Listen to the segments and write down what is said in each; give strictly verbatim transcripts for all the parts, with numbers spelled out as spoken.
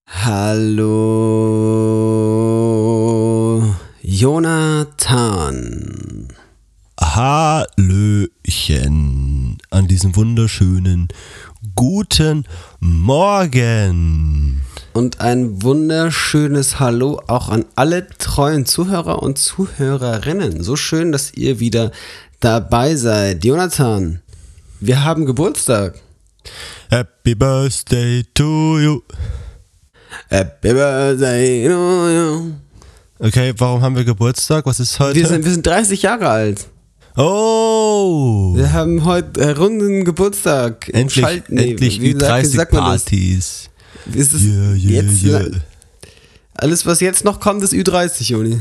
Hallo, Jonathan. Hallöchen an diesem wunderschönen guten Morgen. Und ein wunderschönes Hallo auch an alle treuen Zuhörer und Zuhörerinnen. So schön, dass ihr wieder dabei seid. Jonathan, wir haben Geburtstag. Happy Birthday to you. Happy Birthday to you. Okay, warum haben wir Geburtstag? Was ist heute? Wir sind, wir sind dreißig Jahre alt. Oh! Wir haben heute äh, runden Geburtstag. Endlich, Schalt- nee, endlich wie die sagt- wie sagt man das? dreißig-Partys. Ist es Yeah, yeah, jetzt yeah. alles, was jetzt noch kommt, ist Ü dreißig, Joni.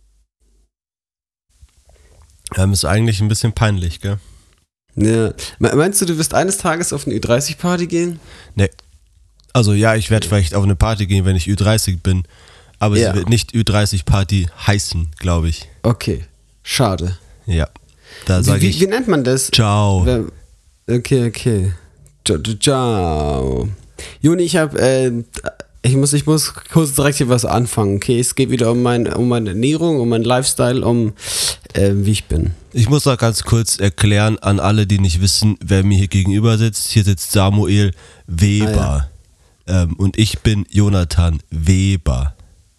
Ähm, ist eigentlich ein bisschen peinlich, gell? Ja. Me- Meinst du, du wirst eines Tages auf eine Ü dreißig Party gehen? Nee. Also ja, ich werde vielleicht auf eine Party gehen, wenn ich Ü dreißig bin. Aber Ja. sie wird nicht Ü dreißig Party heißen, glaube ich. Okay, schade. Ja. Da Wie, sage wie, ich wie nennt man das? ciao. Wer- Okay, okay. Ciao, ciao, ciao. Juni, ich habe, äh, ich muss, ich muss kurz direkt hier was anfangen, okay? Es geht wieder um, mein, um meine Ernährung, um meinen Lifestyle, um äh, wie ich bin. Ich muss auch ganz kurz erklären an alle, die nicht wissen, wer mir hier gegenüber sitzt. Hier sitzt Samuel Weber. ähm, und ich bin Jonathan Weber.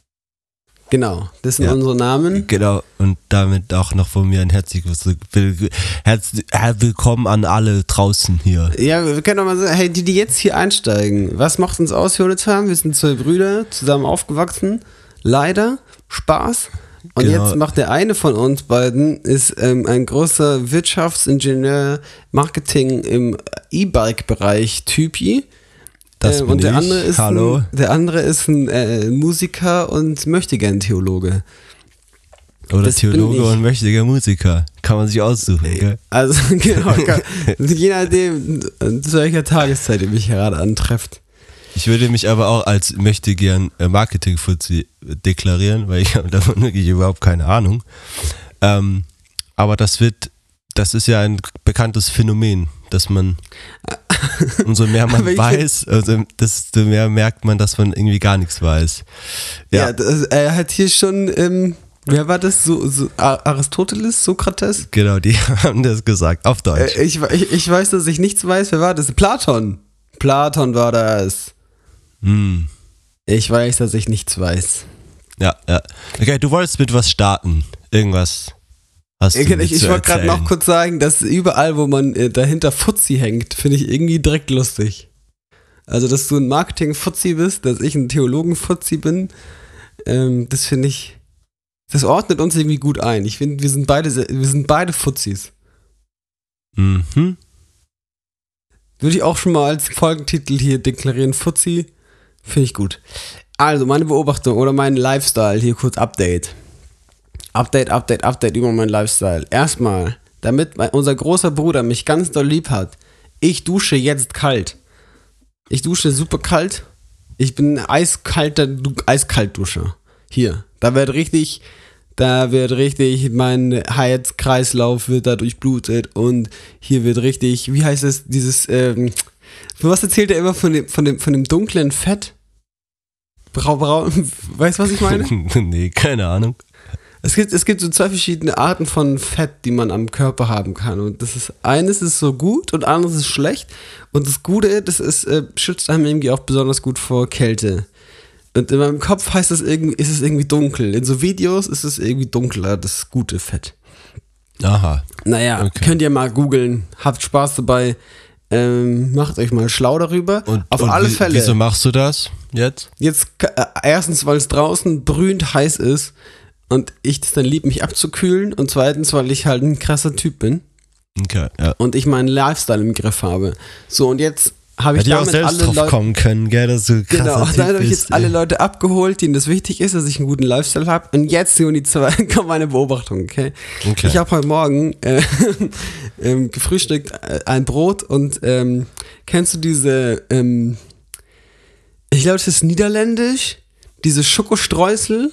Genau, das sind Ja. unsere Namen. Genau, und damit auch noch von mir ein herzliches Will- Herz, äh, Willkommen an alle draußen hier. Ja, wir können doch mal sagen, hey, die, die jetzt hier einsteigen, was macht uns aus, Jonathan? Wir sind zwei Brüder, zusammen aufgewachsen. Leider, Spaß. Und Genau. jetzt macht der eine von uns beiden, ist ähm, ein großer Wirtschaftsingenieur, Marketing im E-Bike-Bereich Typi. Das Äh, bin und der ich. andere ist Hallo. Ein, der andere ist ein äh, Musiker und Möchtegern-Theologe. Oder das bin Theologe ich. und mächtiger Musiker. Kann man sich aussuchen, gell? Also genau, kann- je nachdem, zu welcher Tageszeit ihr mich gerade antrefft. Ich würde mich aber auch als möchte gern äh, Marketing-Fuzzi deklarieren, weil ich habe davon wirklich überhaupt keine Ahnung. Ähm, aber das wird, das ist ja ein bekanntes Phänomen, dass man, umso mehr man Aber ich weiß, also desto mehr merkt man, dass man irgendwie gar nichts weiß. Ja, Ja, das, er hat hier schon, ähm, wer war das? So, so A- Aristoteles, Sokrates? genau, die haben das gesagt, auf Deutsch. Äh, ich, ich, ich weiß, dass ich nichts weiß. Wer war das? Platon. Platon war das. Hm. Ich weiß, dass ich nichts weiß. Ja, ja. Okay, du wolltest mit was starten. Irgendwas hast du Ich, mir ich, ich zu wollte gerade erzählen. noch kurz sagen, dass überall, wo man äh, dahinter Fuzzi hängt, finde ich irgendwie direkt lustig. Also, dass du ein Marketing-Fuzzi bist, dass ich ein Theologen-Fuzzi bin, ähm, das finde ich, das ordnet uns irgendwie gut ein. Ich finde, wir sind beide, sehr- wir sind beide Fuzzis. Mhm. Würde ich auch schon mal als Folgentitel hier deklarieren, Fuzzi. Finde ich gut. Also, meine Beobachtung oder mein Lifestyle, hier kurz Update. Update, Update, Update über meinen Lifestyle. Erstmal, damit mein, unser großer Bruder mich ganz doll lieb hat, ich dusche jetzt kalt. Ich dusche super kalt. Ich bin ein eiskalter, du- Eiskaltduscher. Hier, da wird richtig, da wird richtig, mein Herzkreislauf wird da durchblutet und hier wird richtig, wie heißt es, dieses, ähm, was erzählt er immer von dem, von dem, von dem dunklen Fett? Brau, brau, weißt du, was ich meine? Nee, keine Ahnung. Es gibt, es gibt so zwei verschiedene Arten von Fett, die man am Körper haben kann. Und das ist, eines ist so gut und anderes ist schlecht. Und das Gute, das ist, äh, schützt einem irgendwie auch besonders gut vor Kälte. Und in meinem Kopf heißt das irgendwie, ist es irgendwie dunkel. In so Videos ist es irgendwie dunkler, das gute Fett. Aha. Naja, Okay. könnt ihr mal googeln. Habt Spaß dabei. Ähm, macht euch mal schlau darüber. Und, Auf und alle wie, Fälle. wieso machst du das jetzt? Jetzt, äh, erstens, weil es draußen brühend heiß ist und ich das dann lieb, mich abzukühlen. Und zweitens, weil ich halt ein krasser Typ bin Okay, ja. und ich meinen Lifestyle im Griff habe. So, und jetzt habe ich Hätte ich auch damit selbst alle drauf Leute. kommen können, gell, dass du krasser Genau, Typ da habe ich bist, jetzt alle ey. Leute abgeholt, denen das wichtig ist, dass ich einen guten Lifestyle habe. Und jetzt, Juni zwei, kommt meine Beobachtung, okay? Okay. Ich habe heute Morgen äh, ähm, gefrühstückt, äh, ein Brot und ähm, kennst du diese, ähm, ich glaube, es ist niederländisch, diese Schokostreusel,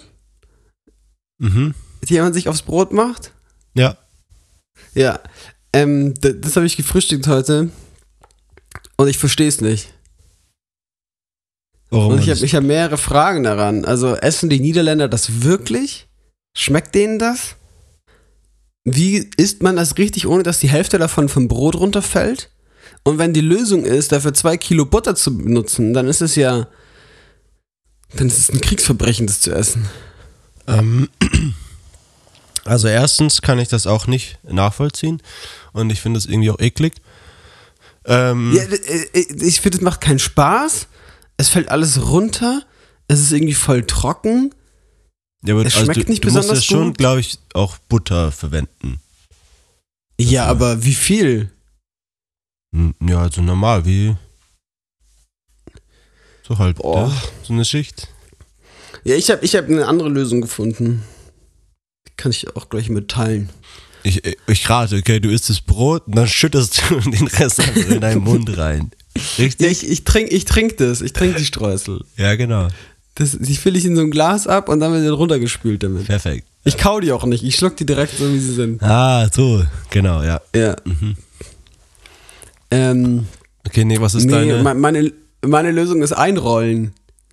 Mhm. die man sich aufs Brot macht? Ja. Ja, ähm, d- das habe ich gefrühstückt heute und ich verstehe es nicht. Warum Und ich das- habe ich hab mehrere Fragen daran. Also essen die Niederländer das wirklich? Schmeckt denen das? Wie isst man das richtig, ohne dass die Hälfte davon vom Brot runterfällt? Und wenn die Lösung ist, dafür zwei Kilo Butter zu benutzen, dann ist es ja, dann ist es ein Kriegsverbrechen, das zu essen. Ähm, also erstens kann ich das auch nicht nachvollziehen und ich finde es irgendwie auch eklig. Ähm, Ja, ich finde, es macht keinen Spaß. Es fällt alles runter. Es ist irgendwie voll trocken. ja, aber es also schmeckt du, nicht du musst ja besonders schon, gut. glaube ich, auch Butter verwenden. Ja, aber wie viel? Hm, Ja, also normal, wie so halt, Boah. ne? So eine Schicht. Ja, ich habe ich hab eine andere Lösung gefunden. Die kann ich auch gleich mitteilen. Ich, ich rate, okay, du isst das Brot und dann schüttest du den Rest einfach in deinen Mund rein. Ja, Richtig? ich, ich trinke ich trink das. Ich trinke die Streusel. Ja, genau. Das, die fülle ich in so ein Glas ab und dann wird dann runtergespült damit. Perfekt. Ich kau die auch nicht. Ich schluck die direkt so, wie sie sind. Ah, so, genau, ja. Ja. Mhm. Ähm, Okay, nee, was ist nee, deine... me- meine, meine Lösung ist einrollen.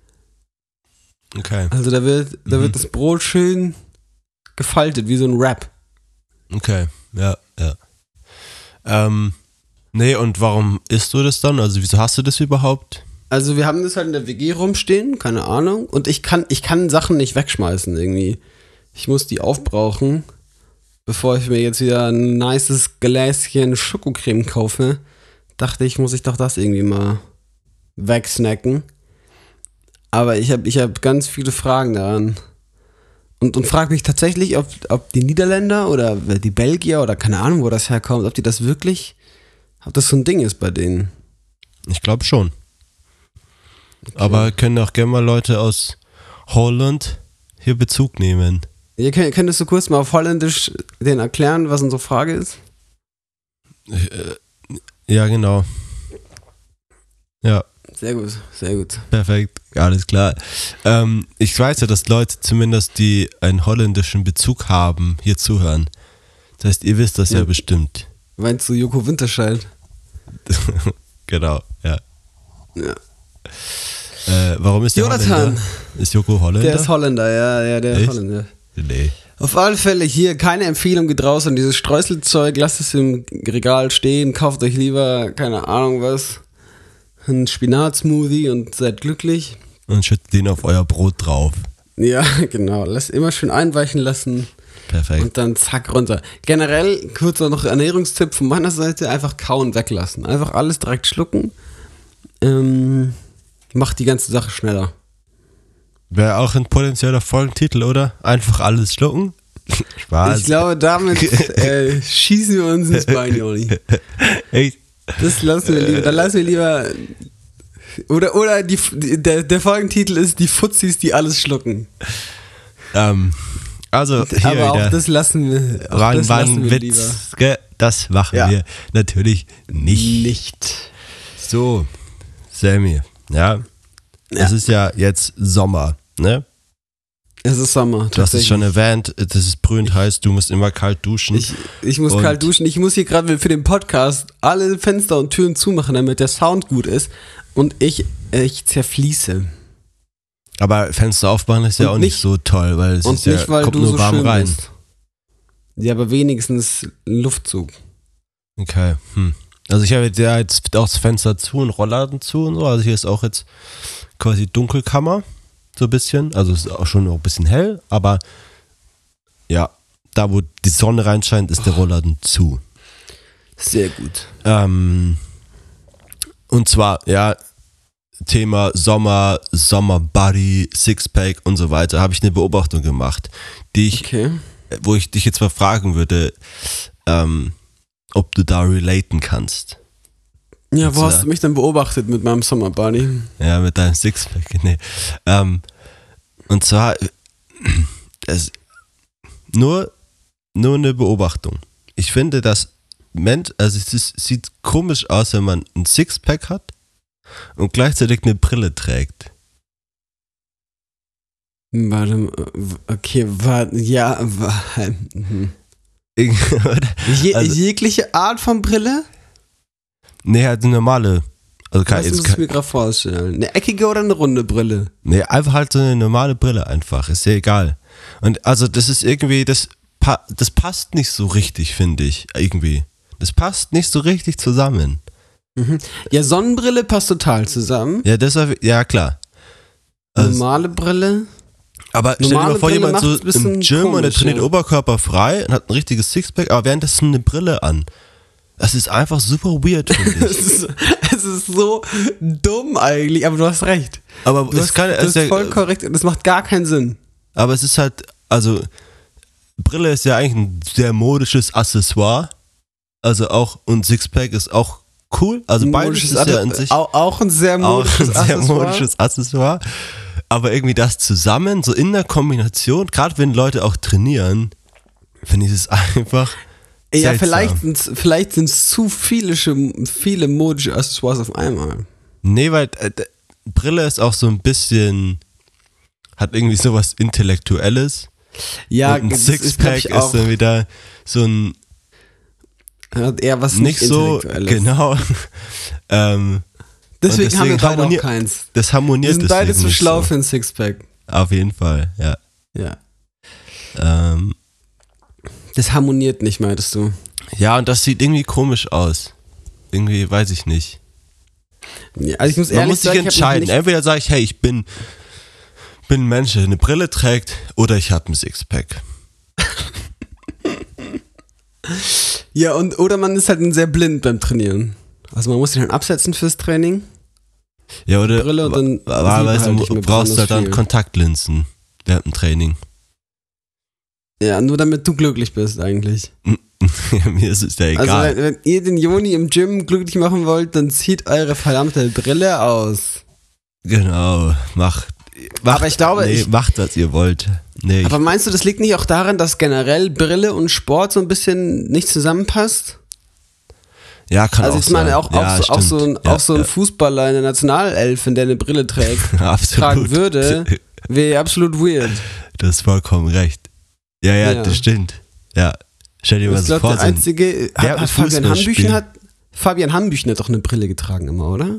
Okay, Also da wird, da Mhm. wird das Brot schön gefaltet, wie so ein Wrap. okay, ja, ja. Ähm, nee, und warum isst du das dann? Also wieso hast du das überhaupt? Also wir haben das halt in der W G rumstehen, keine Ahnung. Und ich kann, ich kann Sachen nicht wegschmeißen irgendwie. Ich muss die aufbrauchen, bevor ich mir jetzt wieder ein nices Gläschen Schokocreme kaufe. Dachte ich, muss ich doch das irgendwie mal wegsnacken. Aber ich habe ich hab ganz viele Fragen daran. Und, und frage mich tatsächlich, ob, ob die Niederländer oder die Belgier oder keine Ahnung, wo das herkommt, ob die das wirklich, ob das so ein Ding ist bei denen. Ich glaube schon. Aber können auch gerne mal Leute aus Holland hier Bezug nehmen. Ihr könnt, könntest du kurz mal auf Holländisch denen erklären, was unsere Frage ist? Ja, genau. Ja, Sehr gut, sehr gut. perfekt, alles klar. Ähm, ich weiß ja, dass Leute zumindest, die einen holländischen Bezug haben, hier zuhören. Das heißt, ihr wisst das ja, Ja. bestimmt. Meinst du Joko Winterscheid? Genau, ja. Ja. Äh, warum ist der Jonathan. Holländer? Ist Joko Holländer? Der ist Holländer, ja, ja, der ist Echt? Holländer. Nee. Auf alle Fälle hier keine Empfehlung, geht raus an dieses Streuselzeug, lasst es im Regal stehen, kauft euch lieber, keine Ahnung was, einen Spinatsmoothie und seid glücklich. Und schüttet den auf euer Brot drauf. Ja, genau, lasst immer schön einweichen lassen Perfekt. und dann zack runter. Generell, kurzer noch Ernährungstipp von meiner Seite, einfach kauen weglassen. Einfach alles direkt schlucken. Ähm, macht die ganze Sache schneller. Wäre auch ein potenzieller Folgentitel, oder? Einfach alles schlucken? Spaß. Ich glaube, damit äh, schießen wir uns ins Bein, Joni. Echt? Das lassen wir lieber. Dann lassen wir lieber. Oder, oder die, der, der Folgentitel ist die Fuzzis, die alles schlucken. Ähm, also, hier Aber auch wieder. das lassen wir. Auch War, das war lassen ein wir Witz. Gell? Das machen Ja. wir natürlich nicht. Nicht. So, Sammy, ja. Ja. Es ist ja jetzt Sommer, ne? Es ist Sommer. Du hast es schon erwähnt, das ist brühend heiß, du musst immer kalt duschen. Ich, ich muss Und- kalt duschen. Ich muss hier gerade für den Podcast alle Fenster und Türen zumachen, damit der Sound gut ist. Und ich, ich zerfließe. Aber Fenster aufmachen ist ja Und auch nicht nicht- so toll, weil es Und ist ja, nicht, weil kommt du nur so warm schön rein. bist. Ja, aber wenigstens ein Luftzug. Okay, hm. Also ich habe jetzt ja jetzt auch das Fenster zu und Rollladen zu und so. Also hier ist auch jetzt quasi Dunkelkammer, so ein bisschen. Also es ist auch schon noch ein bisschen hell, aber ja, da wo die Sonne reinscheint, ist der Rollladen zu. Sehr gut. Ähm, und zwar, ja, Thema Sommer, Sommerbody, Sixpack und so weiter, habe ich eine Beobachtung gemacht, die ich, Okay. wo ich dich jetzt mal fragen würde, ähm, ob du da relaten kannst. Ja, wo Jetzt, hast äh, du mich denn beobachtet mit meinem Sommerbody? Ja, mit deinem Sixpack, nee. Ähm, und zwar, es, nur, nur eine Beobachtung. Ich finde, dass Mensch, also es ist, sieht komisch aus, wenn man ein Sixpack hat und gleichzeitig eine Brille trägt. Warte mal, okay, warte, ja, warte. mhm. Oder? Je, Also- jegliche Art von Brille? Nee, halt eine normale, Also kein, Was muss jetzt ich kein, mir gerade vorstellen? Eine eckige oder eine runde Brille? nee, einfach halt so eine normale Brille einfach, ist ja egal. Und also das ist irgendwie, das, pa- das passt nicht so richtig, finde ich, irgendwie. Das passt nicht so richtig zusammen. Mhm. Ja, Sonnenbrille passt total zusammen. Ja, deshalb, ja klar. Also, Normale Brille. aber stell dir normale mal vor, Brille jemand so macht's ein bisschen im Gym und der komisch, trainiert ja. Oberkörper frei und hat ein richtiges Sixpack, aber währenddessen eine Brille an. Das ist einfach super weird, finde Es ich. ist, es ist so dumm eigentlich, aber du hast recht. Aber Du es hast, kann, du es hast ist ja, voll korrekt und es macht gar keinen Sinn. aber es ist halt, also Brille ist ja eigentlich ein sehr modisches Accessoire. Also auch, und Sixpack ist auch cool. Also beides Modisches ist ja Ade- in sich Auch, auch ein sehr auch modisches ein sehr Accessoire. modisches Accessoire. Aber irgendwie das zusammen, so in der Kombination, gerade wenn Leute auch trainieren, finde ich es einfach Ja, seltsam. vielleicht sind's, vielleicht sind es zu viele, sch- viele modische Accessoires auf einmal. Nee, weil äh, d- Brille ist auch so ein bisschen, hat irgendwie sowas Intellektuelles. Ja, und ein das ist, glaub Sixpack ich, ist auch dann wieder so ein hat eher was nicht nicht so, Intellektuelles. genau. ähm, Deswegen, und haben wir deswegen beide harmonier- auch keins. das Wir harmoniert sind beide deswegen zu nicht schlau so. für ein Sixpack. Auf jeden Fall, ja. Ja. Ähm, Das harmoniert nicht, meintest du? ja, und das sieht irgendwie komisch aus. Irgendwie, weiß ich nicht. Ja, also ich muss Man ehrlich muss sich sagen, ich hab noch entscheiden. nicht- Entweder sage ich, hey, ich bin, bin ein Mensch, der eine Brille trägt, oder ich habe ein Sixpack. Ja, und oder man ist halt sehr blind beim Trainieren. Also man muss sich dann absetzen fürs Training. Ja, oder Brille und dann wa- wahlweise sieht man halt nicht mehr brauchst du besonders halt dann viel. Kontaktlinsen während dem Training. Ja, nur damit du glücklich bist eigentlich. Ja, mir ist es ja Also egal. wenn, wenn ihr den Joni im Gym glücklich machen wollt, dann zieht eure verdammte Brille aus. Genau, macht, macht, Aber ich glaube, nee, ich- macht, was ihr wollt. Nee, Aber meinst du, das liegt nicht auch daran, dass generell Brille und Sport so ein bisschen nicht zusammenpasst? ich, ja, kann Also auch ich meine sein. auch, ja, auch, so, auch, so ein, stimmt. Ja, auch so ein ja. Fußballer in der Nationalelf, in der eine Brille trägt, Absolut. tragen würde, wäre absolut weird. Du hast vollkommen recht. Ja, ja, Ja. das stimmt. Ja, stell dir mal Ich so glaube, vor, der so ein- einzige, der hat, ein hat Fabian Fußballspiel. Hambüchen hat, Fabian Hambüchen hat doch eine Brille getragen immer, oder?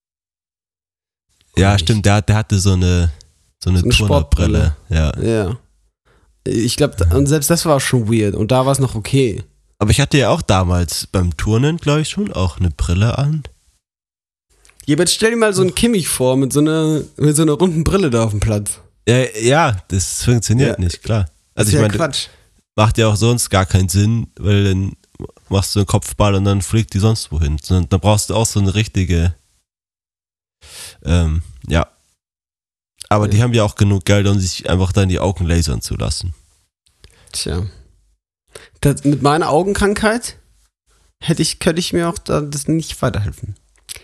ja, nicht? stimmt, der, der hatte so eine, so eine, So eine Turnerbrille. Ja. Ja. Ich glaube, und selbst das war schon weird und da war es noch okay. Aber ich hatte ja auch damals beim Turnen, glaube ich, schon auch eine Brille an. Ja, aber jetzt stell dir mal so einen Kimmich vor mit so einer, mit so einer runden Brille da auf dem Platz. Ja, ja das funktioniert Ja. nicht, klar. Das Also ist ich ja meine, Quatsch. macht ja auch sonst gar keinen Sinn, weil dann machst du einen Kopfball und dann fliegt die sonst wohin. Sondern da brauchst du auch so eine richtige, ähm, ja. Aber Ja. die haben ja auch genug Geld, um sich einfach dann die Augen lasern zu lassen. Tja. Das, mit meiner Augenkrankheit hätte ich, könnte ich mir auch da das nicht weiterhelfen.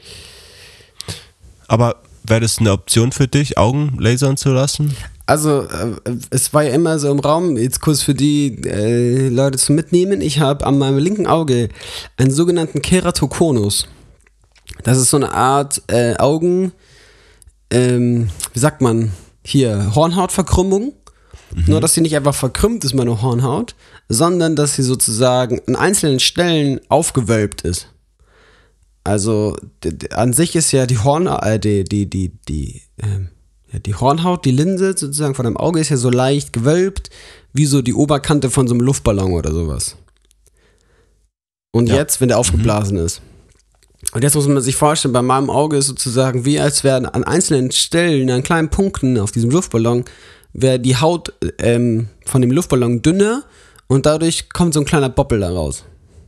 Aber wäre das eine Option für dich, Augen lasern zu lassen? Also, äh, es war ja immer so im Raum, jetzt kurz für die äh, Leute zum Mitnehmen, ich habe an meinem linken Auge einen sogenannten Keratokonus. Das ist so eine Art äh, Augen, ähm, wie sagt man, hier, Hornhautverkrümmung. Nur, dass sie nicht einfach verkrümmt ist, meine Hornhaut, sondern dass sie sozusagen an einzelnen Stellen aufgewölbt ist. Also d- d- an sich ist ja die Horn, äh, die, die, die, die, ähm, ja, die Hornhaut, die Linse sozusagen von deinem Auge ist ja so leicht gewölbt, wie so die Oberkante von so einem Luftballon oder sowas. Und Ja. jetzt, wenn der aufgeblasen ist. Und jetzt muss man sich vorstellen, bei meinem Auge ist sozusagen wie, als wären an einzelnen Stellen, an kleinen Punkten auf diesem Luftballon, wäre die Haut ähm, von dem Luftballon dünner und dadurch kommt so ein kleiner Boppel da raus.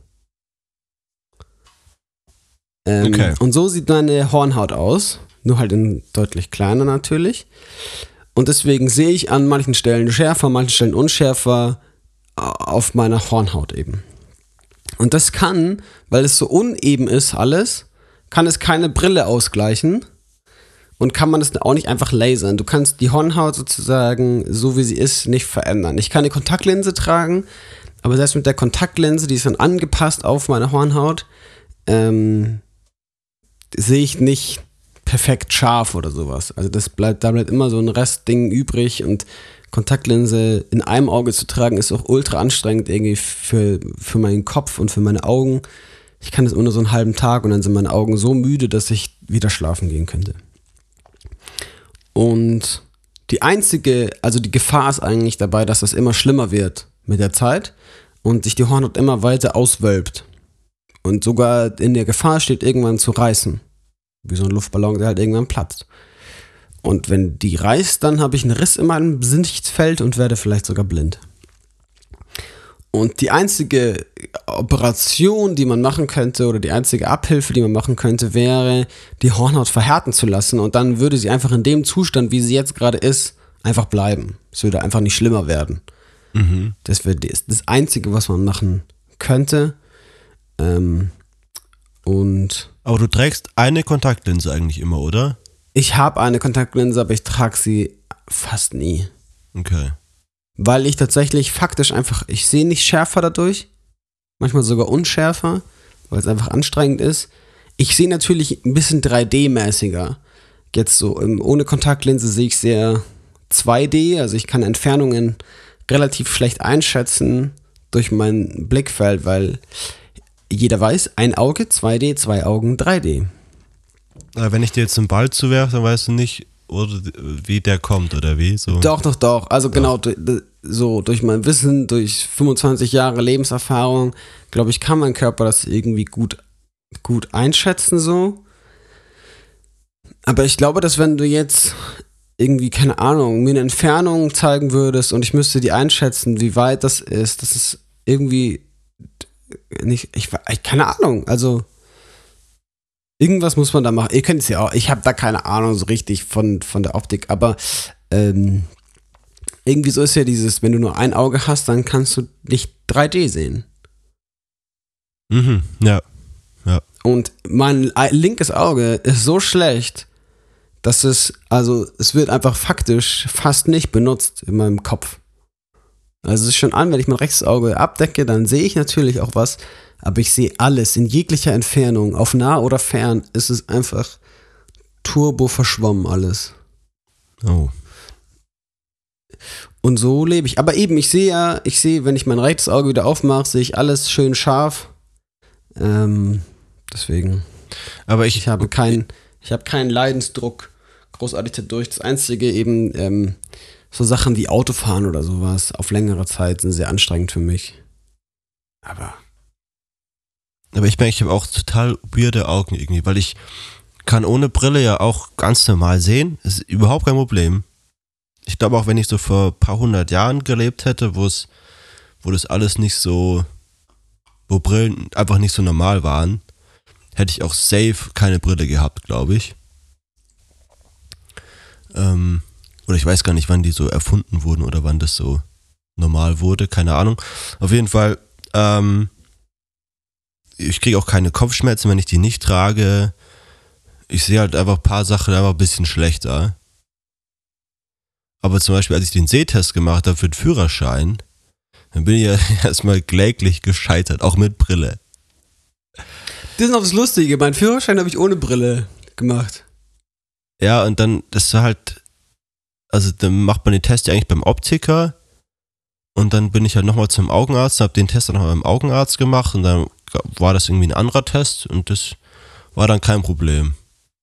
Ähm, Okay. Und so sieht meine Hornhaut aus, nur halt in deutlich kleiner natürlich. Und deswegen sehe ich an manchen Stellen schärfer, an manchen Stellen unschärfer äh, auf meiner Hornhaut eben. Und das kann, weil es so uneben ist alles, kann es keine Brille ausgleichen und kann man das auch nicht einfach lasern. Du kannst die Hornhaut sozusagen, so wie sie ist, nicht verändern. Ich kann eine Kontaktlinse tragen, aber selbst mit der Kontaktlinse, die ist dann angepasst auf meine Hornhaut, ähm, sehe ich nicht perfekt scharf oder sowas. Also das bleibt, da bleibt immer so ein Restding übrig und Kontaktlinse in einem Auge zu tragen, ist auch ultra anstrengend irgendwie für, für meinen Kopf und für meine Augen. Ich kann das immer nur so einen halben Tag und dann sind meine Augen so müde, dass ich wieder schlafen gehen könnte. Und die einzige, also die Gefahr ist eigentlich dabei, dass das immer schlimmer wird mit der Zeit und sich die Hornhaut immer weiter auswölbt. Und sogar in der Gefahr steht, irgendwann zu reißen. Wie so ein Luftballon, der halt irgendwann platzt. Und wenn die reißt, dann habe ich einen Riss in meinem Sichtfeld und werde vielleicht sogar blind. Und die einzige Operation, die man machen könnte, oder die einzige Abhilfe, die man machen könnte, wäre, die Hornhaut verhärten zu lassen. Und dann würde sie einfach in dem Zustand, wie sie jetzt gerade ist, einfach bleiben. Es würde einfach nicht schlimmer werden. Mhm. Das wäre das, das Einzige, was man machen könnte. Ähm, und Aber du trägst eine Kontaktlinse eigentlich immer, oder? ich habe eine Kontaktlinse, aber ich trage sie fast nie. Okay. Weil ich tatsächlich faktisch einfach, ich sehe nicht schärfer dadurch, manchmal sogar unschärfer, weil es einfach anstrengend ist. Ich sehe natürlich ein bisschen drei D-mäßiger. Jetzt so ähm, ohne Kontaktlinse sehe ich sehr zwei D, also ich kann Entfernungen relativ schlecht einschätzen durch mein Blickfeld, weil jeder weiß, ein Auge zwei D, zwei Augen drei D. Aber wenn ich dir jetzt einen Ball zuwerfe, dann weißt du nicht, oder wie der kommt oder wie? So. Doch, doch, doch. Also genau, du- du- so durch mein Wissen, durch fünfundzwanzig Jahre Lebenserfahrung, glaube ich, kann mein Körper das irgendwie gut, gut einschätzen so. Aber ich glaube, dass wenn du jetzt irgendwie, keine Ahnung, mir eine Entfernung zeigen würdest und ich müsste die einschätzen, wie weit das ist, das ist irgendwie nicht, ich, ich keine Ahnung, also irgendwas muss man da machen. Ihr könnt es ja auch, ich habe da keine Ahnung so richtig von, von der Optik, aber ähm, irgendwie so ist ja dieses, wenn du nur ein Auge hast, dann kannst du nicht drei D sehen. Mhm, ja. Und mein linkes Auge ist so schlecht, dass es, also es wird einfach faktisch fast nicht benutzt in meinem Kopf. Also es ist schon an, wenn ich mein rechtes Auge abdecke, dann sehe ich natürlich auch was, aber ich sehe alles in jeglicher Entfernung, auf nah oder fern, ist es einfach turbo verschwommen alles. Oh. Und so lebe ich. Aber eben, ich sehe ja, ich sehe, wenn ich mein rechtes Auge wieder aufmache, sehe ich alles schön scharf. Ähm, deswegen. Aber ich, Ich habe keinen, ich habe keinen Leidensdruck großartig dadurch. Das Einzige eben, ähm, so Sachen wie Autofahren oder sowas auf längere Zeit sind sehr anstrengend für mich. Aber aber ich merke, ich habe auch total weirde Augen irgendwie, weil ich kann ohne Brille ja auch ganz normal sehen. Das ist überhaupt kein Problem. Ich glaube auch, wenn ich so vor ein paar hundert Jahren gelebt hätte, wo es, wo das alles nicht so, wo Brillen einfach nicht so normal waren, hätte ich auch safe keine Brille gehabt, glaube ich. Ähm, oder ich weiß gar nicht, wann die so erfunden wurden oder wann das so normal wurde, keine Ahnung. Auf jeden Fall, ähm, ich kriege auch keine Kopfschmerzen, wenn ich die nicht trage. Ich sehe halt einfach ein paar Sachen einfach ein bisschen schlechter. Aber zum Beispiel, als ich den Sehtest gemacht habe für den Führerschein, dann bin ich ja erstmal kläglich gescheitert, auch mit Brille. das ist noch das Lustige. Meinen Führerschein habe ich ohne Brille gemacht. Ja, und dann, das war halt, also dann macht man den Test ja eigentlich beim Optiker und dann bin ich halt nochmal zum Augenarzt, habe den Test dann nochmal beim Augenarzt gemacht und dann war das irgendwie ein anderer Test und das war dann kein Problem.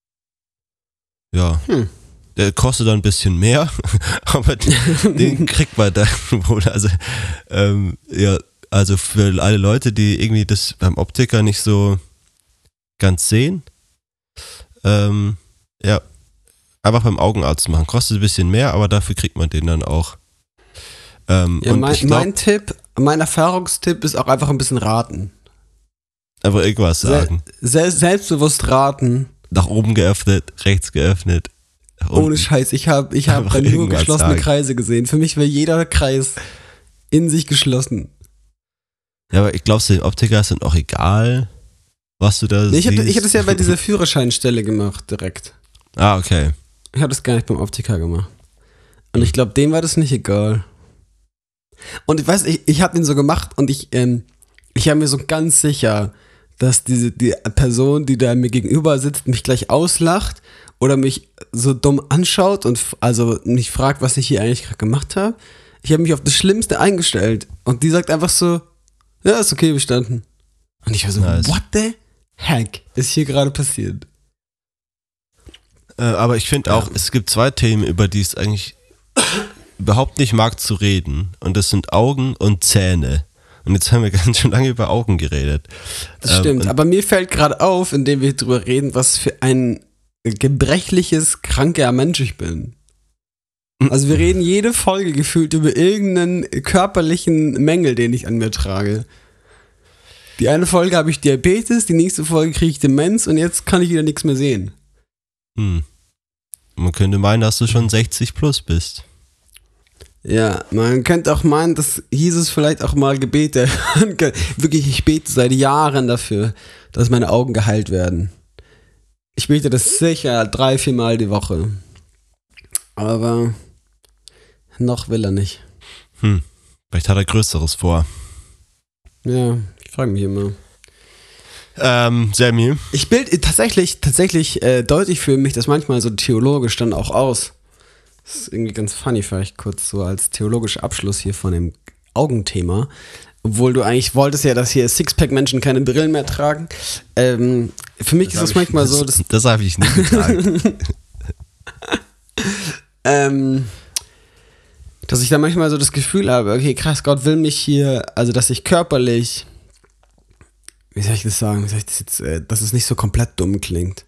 Ja. Hm. Der kostet dann ein bisschen mehr, aber den, den kriegt man dann wohl. Also, ähm, ja, also für alle Leute, die irgendwie das beim Optiker nicht so ganz sehen, ähm, ja, einfach beim Augenarzt machen. Kostet ein bisschen mehr, aber dafür kriegt man den dann auch. Ähm, Ja, und mein, ich glaub, mein Tipp, mein Erfahrungstipp ist auch einfach ein bisschen raten. einfach irgendwas sagen. Sel selbstbewusst raten. Nach oben geöffnet, rechts geöffnet. nach unten. Ohne Scheiß, ich habe ich hab Einfach dann nur irgendwas geschlossene sagen. Kreise gesehen. Für mich wäre jeder Kreis in sich geschlossen. Ja, aber ich glaube, dem Optiker ist dann auch egal, was du da Nee, ich siehst. habe ich hab das ja bei dieser Führerscheinstelle gemacht, direkt. Ah, okay. Ich habe das gar nicht beim Optiker gemacht. Und ich glaube, dem war das nicht egal. Und ich weiß, ich, ich habe den so gemacht und ich, ähm, ich habe mir so ganz sicher, dass diese die Person, die da mir gegenüber sitzt, mich gleich auslacht oder mich so dumm anschaut und f- also mich fragt, was ich hier eigentlich gerade gemacht habe. Ich habe mich auf das Schlimmste eingestellt und die sagt einfach so, ja, ist okay, bestanden. Und ich war so, Nice. what the heck ist hier gerade passiert? Äh, aber ich finde auch, es gibt zwei Themen, über die es eigentlich überhaupt nicht mag zu reden. Und das sind Augen und Zähne. Und jetzt haben wir ganz schön lange über Augen geredet. Das ähm, stimmt, aber mir fällt gerade auf, indem wir drüber reden, was für ein gebrechliches, kranker Mensch ich bin. Also wir reden jede Folge gefühlt über irgendeinen körperlichen Mängel, den ich an mir trage. Die eine Folge habe ich Diabetes, die nächste Folge kriege ich Demenz und jetzt kann ich wieder nichts mehr sehen. Hm. Man könnte meinen, dass du schon sechzig plus bist. Ja, man könnte auch meinen, dass Jesus vielleicht auch mal Gebete, wirklich, ich bete seit Jahren dafür, dass meine Augen geheilt werden. Ich bete das sicher drei, vier Mal die Woche. Aber noch will er nicht. Hm, vielleicht hat er Größeres vor. Ja, ich frage mich immer. Ähm, Sammy? Ich bilde tatsächlich, tatsächlich äh, deutlich für mich das manchmal so theologisch dann auch aus. Das ist irgendwie ganz funny, vielleicht kurz so als theologischer Abschluss hier von dem Augenthema. Obwohl du eigentlich wolltest ja, dass hier Sixpack-Menschen keine Brillen mehr tragen. Ähm, für mich das ist das manchmal ich, so... Das, das habe ich nicht getragen. ähm, dass ich da manchmal so das Gefühl habe, okay, krass, Gott will mich hier, also dass ich körperlich... Wie soll ich das sagen? Wie soll ich das jetzt, äh, dass es nicht so komplett dumm klingt.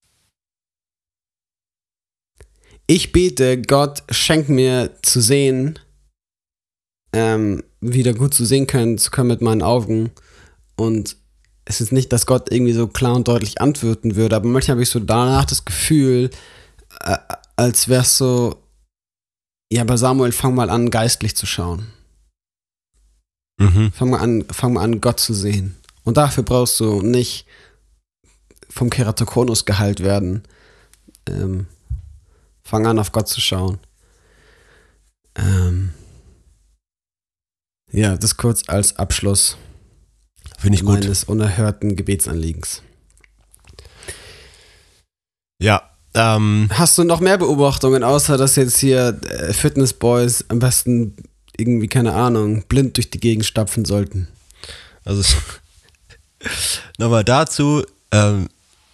Ich bete, Gott schenkt mir zu sehen, ähm, wieder gut zu sehen können, zu können mit meinen Augen. Und es ist nicht, dass Gott irgendwie so klar und deutlich antworten würde, aber manchmal habe ich so danach das Gefühl, äh, als wäre es so, ja, aber Samuel, fang mal an, geistlich zu schauen. Mhm. Fang mal an, fang mal an, Gott zu sehen. Und dafür brauchst du nicht vom Keratokonus geheilt werden. Ähm, fang an, auf Gott zu schauen. Ähm, ja, das kurz als Abschluss Finde ich gut. meines unerhörten Gebetsanliegens. Ja, ähm. Hast du noch mehr Beobachtungen, außer dass jetzt hier äh, Fitnessboys am besten irgendwie, keine Ahnung, blind durch die Gegend stapfen sollten? Also, nochmal dazu, ähm,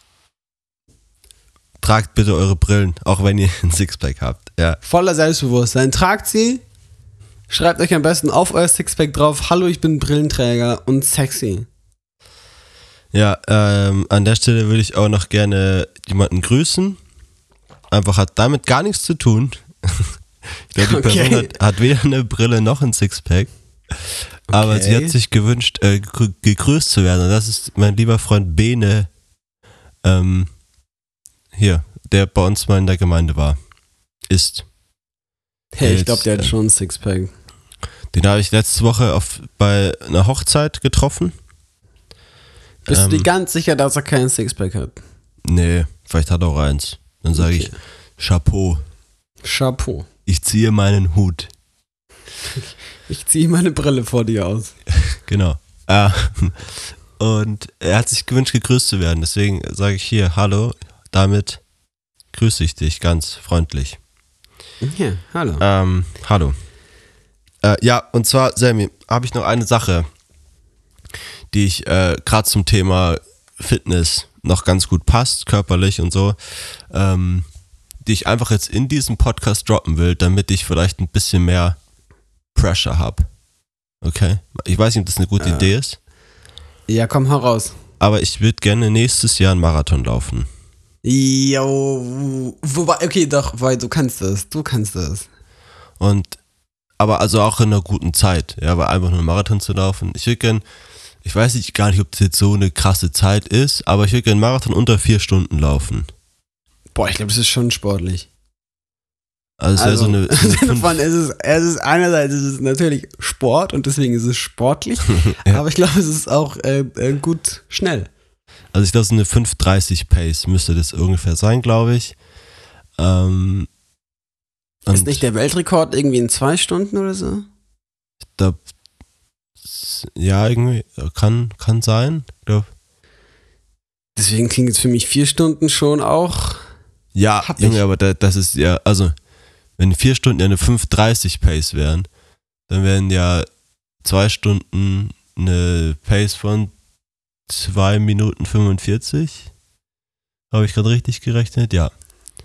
tragt bitte eure Brillen, auch wenn ihr ein Sixpack habt. Ja. Voller Selbstbewusstsein. Tragt sie, schreibt euch am besten auf euer Sixpack drauf, hallo, ich bin Brillenträger und sexy. Ja, ähm, an der Stelle würde ich auch noch gerne jemanden grüßen. Einfach hat damit gar nichts zu tun. Ich glaube, die Okay. Person hat, hat weder eine Brille noch ein Sixpack. Aber Okay. sie hat sich gewünscht, äh, gegrü- gegrüßt zu werden. Und das ist mein lieber Freund Bene, ähm, hier, der bei uns mal in der Gemeinde war. Ist. Hey, ich Jetzt, glaube, der hat äh, schon ein Sixpack. Den habe ich letzte Woche auf, bei einer Hochzeit getroffen. Bist ähm, du dir ganz sicher, dass er kein Sixpack hat? Nee, vielleicht hat er auch eins. Dann sage Okay. ich, Chapeau, Chapeau. ich ziehe meinen Hut. Ich ziehe meine Brille vor dir aus. Genau. Äh, und er hat sich gewünscht, gegrüßt zu werden. Deswegen sage ich hier, hallo, damit grüße ich dich ganz freundlich. Ja, hallo. Ähm, hallo. Äh, ja, und zwar, Sammy, habe ich noch eine Sache, die ich äh, gerade zum Thema Fitness noch ganz gut passt, körperlich und so, ähm, die ich einfach jetzt in diesem Podcast droppen will, damit ich vielleicht ein bisschen mehr Pressure habe. Okay? Ich weiß nicht, ob das eine gute Äh. Idee ist, Ja, komm, hau raus. aber ich würde gerne nächstes Jahr einen Marathon laufen. Jo, wobei, okay, doch, weil du kannst das, du kannst das. Und, aber also auch in einer guten Zeit, ja, weil einfach nur einen Marathon zu laufen. Ich würde gerne, ich weiß nicht gar nicht, ob das jetzt so eine krasse Zeit ist, aber ich würde gerne einen Marathon unter vier Stunden laufen. Boah, ich glaube, das ist schon sportlich. Also es wäre Also, so eine, so eine fünf, von, es, ist, es ist einerseits ist es natürlich Sport und deswegen ist es sportlich, Ja. aber ich glaube, es ist auch äh, äh, gut schnell. also ich glaube, so eine fünf dreißig Pace müsste das ungefähr sein, glaube ich. Ähm, und Ist nicht der Weltrekord irgendwie in zwei Stunden oder so? ich glaub, s- ja, irgendwie, kann, kann sein. Ich glaub, Deswegen klingt jetzt für mich vier Stunden schon auch. ja, Hab Junge, ich. aber da, das ist ja, also, wenn vier Stunden ja eine fünf dreißig Pace wären, dann wären ja zwei Stunden eine Pace von zwei Minuten fünfundvierzig. Habe ich gerade richtig gerechnet? Ja.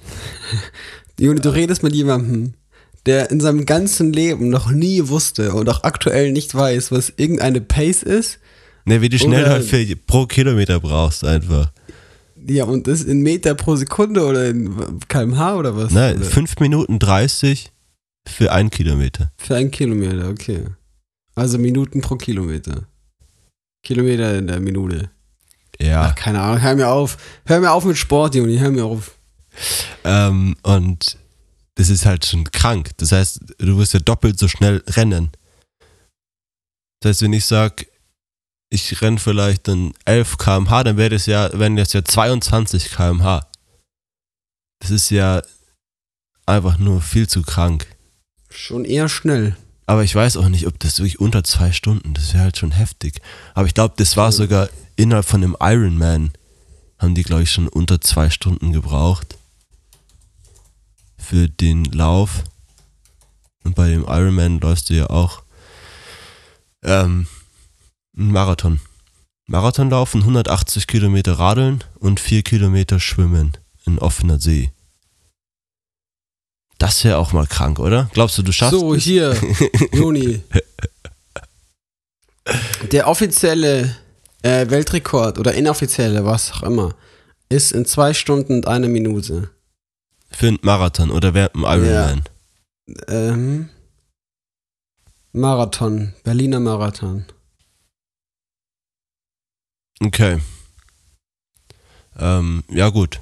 Juni, du redest mit jemandem, der in seinem ganzen Leben noch nie wusste und auch aktuell nicht weiß, was irgendeine Pace ist. Ne, wie du schnell Oder- halt für, pro Kilometer brauchst einfach. Ja, und das in Meter pro Sekunde oder in Kilometer pro Stunde oder was? Nein, Oder? fünf Minuten dreißig für einen Kilometer. Für einen Kilometer, okay. Also Minuten pro Kilometer. Kilometer in der Minute. Ja. Ach, keine Ahnung, hör mir auf. Hör mir auf mit Sport, Juni, hör mir auf. Ähm, und das ist halt schon krank. Das heißt, du wirst ja doppelt so schnell rennen. Das heißt, wenn ich sage, ich renne vielleicht dann elf Kilometer pro Stunde, dann wäre das ja, wären das ja zweiundzwanzig Kilometer pro Stunde. Das ist ja einfach nur viel zu krank. Schon eher schnell. Aber ich weiß auch nicht, ob das wirklich unter zwei Stunden, das wäre halt schon heftig. Aber ich glaube, das war sogar innerhalb von einem Ironman, haben die, glaube ich, schon unter zwei Stunden gebraucht für den Lauf. Und bei dem Ironman läufst du ja auch ähm, einen Marathon. Marathon laufen, hundertachtzig Kilometer radeln und vier Kilometer schwimmen in offener See. Das wäre auch mal krank, oder? Glaubst du, du schaffst So, es? hier, Juni. Der offizielle äh, Weltrekord oder inoffizielle, was auch immer, ist in zwei Stunden und einer Minute. Für einen Marathon oder während dem Ironman? Ähm, Marathon, Berliner Marathon. Okay. Ähm, ja gut.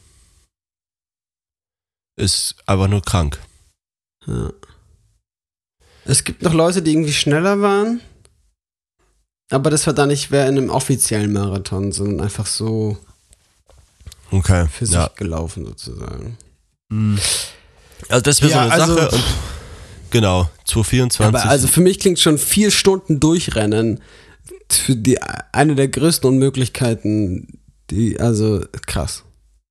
Ist aber nur krank. Ja. Es gibt noch Leute, die irgendwie schneller waren, aber das war dann nicht wer in einem offiziellen Marathon, sondern einfach so Okay. für sich Ja. gelaufen sozusagen. Also das wäre Ja, so eine also- Sache. Und genau, zweihundertvierundzwanzig. Aber also für mich klingt schon vier Stunden durchrennen für die eine der größten Unmöglichkeiten, die, also krass.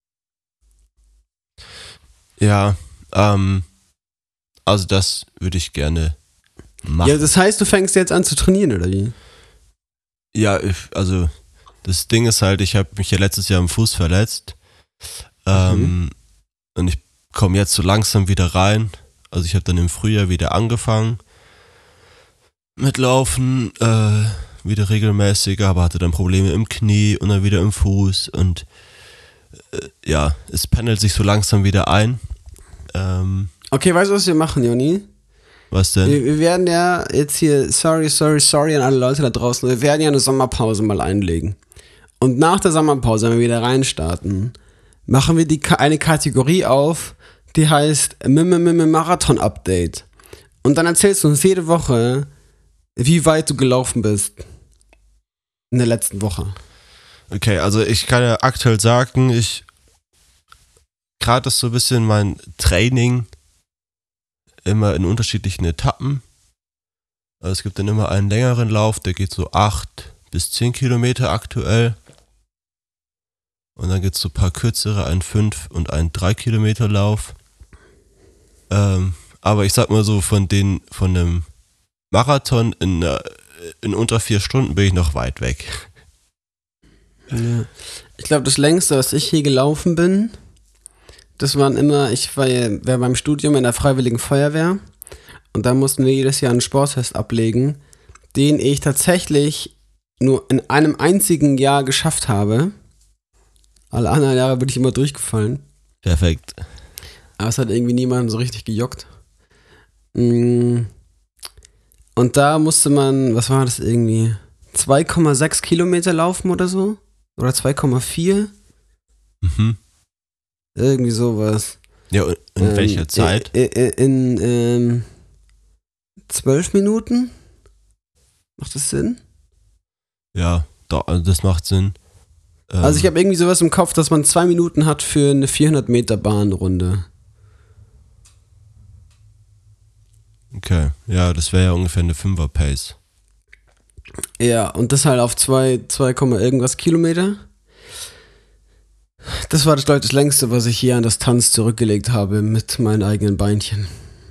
ja, ähm, also das würde ich gerne machen. Ja, das heißt, du fängst jetzt an zu trainieren, oder wie? Ja, ich, also das Ding ist halt, ich habe mich ja letztes Jahr am Fuß verletzt. Ähm, Mhm. Und ich komme jetzt so langsam wieder rein. Also ich habe dann im Frühjahr wieder angefangen mit Laufen, äh, wieder regelmäßiger, aber hatte dann Probleme im Knie und dann wieder im Fuß und äh, ja, es pendelt sich so langsam wieder ein. Ähm, Okay, weißt du, was wir machen, Joni? was denn? Wir, wir werden ja jetzt hier, sorry, sorry, sorry an alle Leute da draußen, wir werden ja eine Sommerpause mal einlegen. Und nach der Sommerpause, wenn wir wieder reinstarten, machen wir die, Ka- eine Kategorie auf, die heißt M M M Marathon Update. Und dann erzählst du uns jede Woche, wie weit du gelaufen bist in der letzten Woche. Okay, also ich kann ja aktuell sagen, ich gerade ist so ein bisschen mein Training immer in unterschiedlichen Etappen. Also es gibt dann immer einen längeren Lauf, der geht so acht bis zehn Kilometer aktuell. Und dann gibt es so ein paar kürzere, einen fünf und einen drei Kilometer Lauf. Ähm, aber ich sag mal so, von den, von einem Marathon in, äh, in unter vier Stunden bin ich noch weit weg. Ja. Ich glaube, das längste, was ich hier gelaufen bin, das waren immer, ich war ja war beim Studium in der Freiwilligen Feuerwehr und da mussten wir jedes Jahr einen Sporttest ablegen, den ich tatsächlich nur in einem einzigen Jahr geschafft habe. Alle anderen Jahre bin ich immer durchgefallen. Perfekt. Aber es hat irgendwie niemanden so richtig gejuckt. Mm. Und da musste man, was war das irgendwie, zwei Komma sechs Kilometer laufen oder so? Oder zwei Komma vier? Mhm. Irgendwie sowas. Ja, und in Ähm, welcher Zeit? In, in, in ähm, zwölf Minuten? Macht das Sinn? Ja, da, also das macht Sinn. Ähm, Also ich habe irgendwie sowas im Kopf, dass man zwei Minuten hat für eine vierhundert Meter Bahnrunde. Okay, ja, das wäre ja ungefähr eine Fünfer-Pace. Ja, und das halt auf zwei, zwei Komma irgendwas Kilometer. Das war das, glaube ich, das längste, was ich hier an Distanz zurückgelegt habe mit meinen eigenen Beinchen.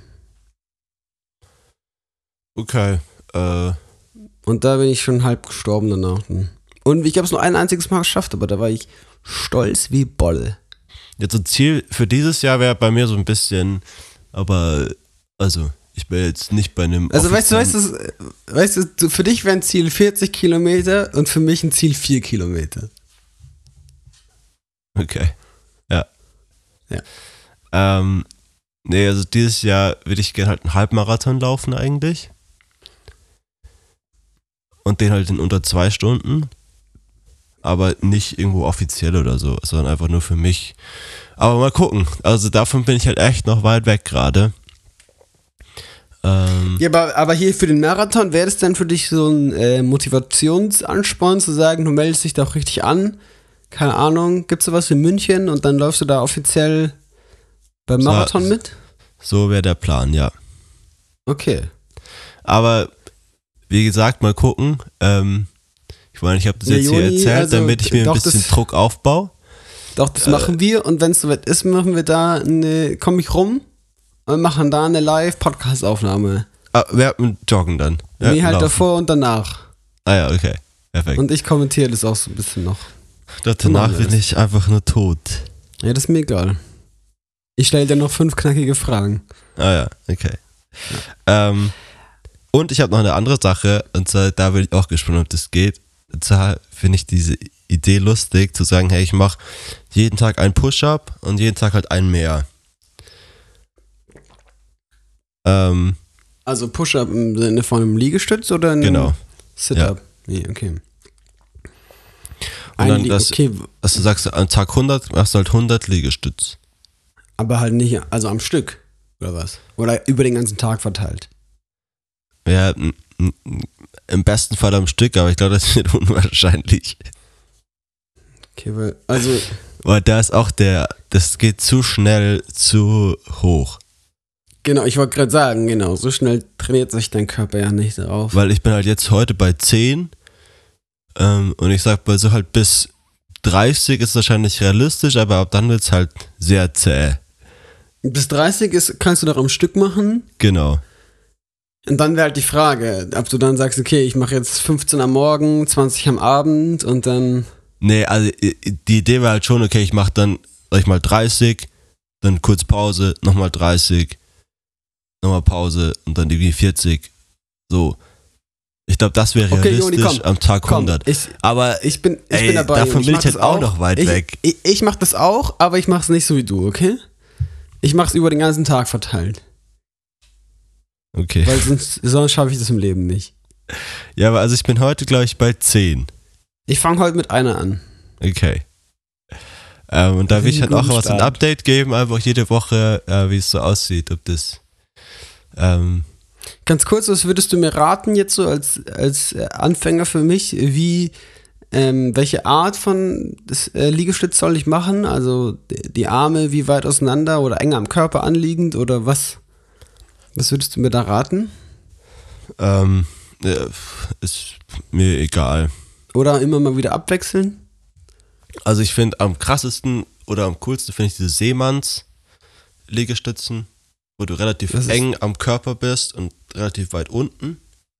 Okay, äh, Und da bin ich schon halb gestorben danach. Und ich habe es nur ein einziges Mal geschafft, aber da war ich stolz wie Bolle. Jetzt ein Ziel für dieses Jahr wäre bei mir so ein bisschen, aber also ich bin jetzt nicht bei einem. Also weißt du, weißt du, weißt du, für dich wäre ein Ziel vierzig Kilometer und für mich ein Ziel vier Kilometer. Okay. Ja. Ja. Ähm, nee, also dieses Jahr würde ich gerne halt einen Halbmarathon laufen eigentlich. Und den halt in unter zwei Stunden. Aber nicht irgendwo offiziell oder so, sondern einfach nur für mich. Aber mal gucken. Also davon bin ich halt echt noch weit weg gerade. Ähm, ja, aber, aber hier für den Marathon, wäre das denn für dich so ein äh, Motivationsansporn zu sagen, du meldest dich da auch richtig an? Keine Ahnung, gibt's sowas in München und dann läufst du da offiziell beim Marathon so, mit? So wäre der Plan, ja. Okay. Aber wie gesagt, mal gucken. Ähm, ich meine, ich habe das ja, jetzt Juni, hier erzählt, also, damit ich mir doch, ein bisschen das, Druck aufbaue. Doch, das äh, machen wir und wenn es soweit ist, machen wir da eine, komme ich rum und machen da eine Live-Podcast-Aufnahme. Ah, wir haben Joggen dann. Ja, nee, halt laufen. davor und danach. Ah ja, okay. Perfekt. Und ich kommentiere das auch so ein bisschen noch. Doch danach bin ich einfach nur tot. Ja, das ist mir egal. Ich stelle dir noch fünf knackige Fragen. Ah ja, okay. Ja. Ähm, und ich habe noch eine andere Sache, und zwar, da bin ich auch gespannt, ob das geht. Und zwar finde ich diese Idee lustig, zu sagen, hey, ich mache jeden Tag einen Push-Up und jeden Tag halt einen mehr. Ähm, also Push-Up im Sinne von einem Liegestütz oder ein genau. Sit-Up? Ja. Nee, okay. Und dann, Li- dass, okay, dass du sagst, am Tag hundert machst du halt hundert Liegestütz. aber halt nicht, also am Stück, oder was? Oder über den ganzen Tag verteilt? Ja, m- m- im besten Fall am Stück, aber ich glaube, das wird unwahrscheinlich. Okay, weil, also, Weil da ist auch der, das geht zu schnell zu hoch. genau, ich wollte gerade sagen, genau, so schnell trainiert sich dein Körper ja nicht darauf. Weil ich bin halt jetzt heute bei zehn ähm, und ich sag bei so halt bis dreißig ist wahrscheinlich realistisch, aber ab dann wird es halt sehr zäh. Bis dreißig ist, kannst du doch am Stück machen. Genau. Und dann wäre halt die Frage, ob du dann sagst, okay, ich mache jetzt fünfzehn am Morgen, zwanzig am Abend und dann... Nee, also die Idee war halt schon, okay, ich mache dann, sag ich mal, dreißig, dann kurz Pause, nochmal dreißig, nochmal Pause und dann irgendwie vierzig. So. Ich glaube, das wäre Okay, realistisch Joni, komm, am Tag komm, hundert. Ich, aber ich bin, ich ey, bin dabei. davon ich bin mach ich jetzt das auch noch weit ich, weg. Ich, ich mache das auch, aber ich mache es nicht so wie du, okay? Ich mache es über den ganzen Tag verteilt. Okay. Weil sonst, sonst schaffe ich das im Leben nicht. Ja, aber also ich bin heute, glaube ich, bei zehn. Ich fange heute mit einer an. Okay. Ähm, und da will ich halt auch was ein Update geben, einfach jede Woche, äh, wie es so aussieht, ob das. Ähm, Ganz kurz, was würdest du mir raten jetzt so als, als Anfänger für mich, wie, ähm, welche Art von das, äh, Liegestütz soll ich machen? Also die, die Arme wie weit auseinander oder enger am Körper anliegend oder was? Was würdest du mir da raten? ähm, äh, ist mir egal. Oder immer mal wieder abwechseln? Also ich finde am krassesten oder am coolsten finde ich diese Seemanns-Liegestützen, wo du relativ Das ist- eng am Körper bist und relativ weit unten.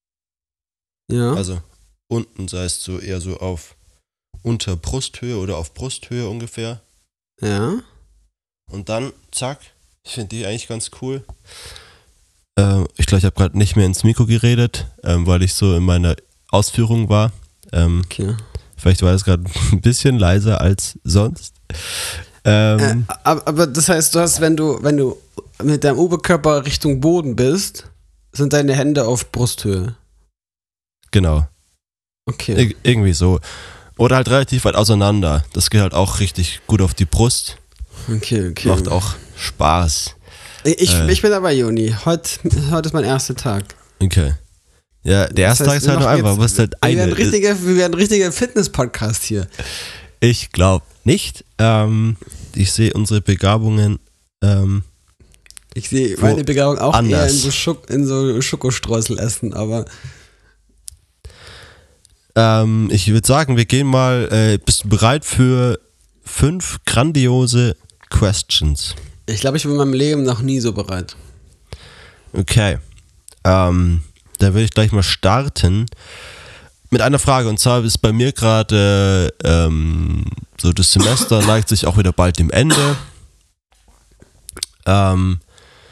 Ja. Also unten, sei es so eher so auf unter Brusthöhe oder auf Brusthöhe ungefähr. Ja. Und dann, zack, ich finde die eigentlich ganz cool. Ähm, ich glaube, ich habe gerade nicht mehr ins Mikro geredet, ähm, weil ich so in meiner Ausführung war. Ähm, Okay. vielleicht war das gerade ein bisschen leiser als sonst. Ähm, Äh, aber, aber das heißt, du hast, wenn du, wenn du mit deinem Oberkörper Richtung Boden bist, sind deine Hände auf Brusthöhe. genau, Okay. Ir- irgendwie so. Oder halt relativ weit auseinander. Das geht halt auch richtig gut auf die Brust. Okay, okay. Macht auch Spaß. Ich, äh. ich bin dabei, Juni. Heute, heute ist mein erster Tag. Okay. Ja, der erste Das Tag heißt, ist halt wir noch machen einfach. jetzt- Was halt Wir eine werden richtiger, wir werden richtiger Fitness-Podcast hier. Ich glaube nicht. Ähm, ich sehe unsere Begabungen. Ähm, Ich sehe Wo meine Begabung auch anders. eher in so, Schok in so Schokostreusel essen, aber ähm, ich würde sagen, wir gehen mal. Äh, bist du bereit für fünf grandiose Questions? ich glaube, ich bin in meinem Leben noch nie so bereit. Okay. Ähm, da will ich gleich mal starten mit einer Frage. Und zwar ist bei mir gerade ähm, so das Semester neigt sich auch wieder bald dem Ende. Ähm,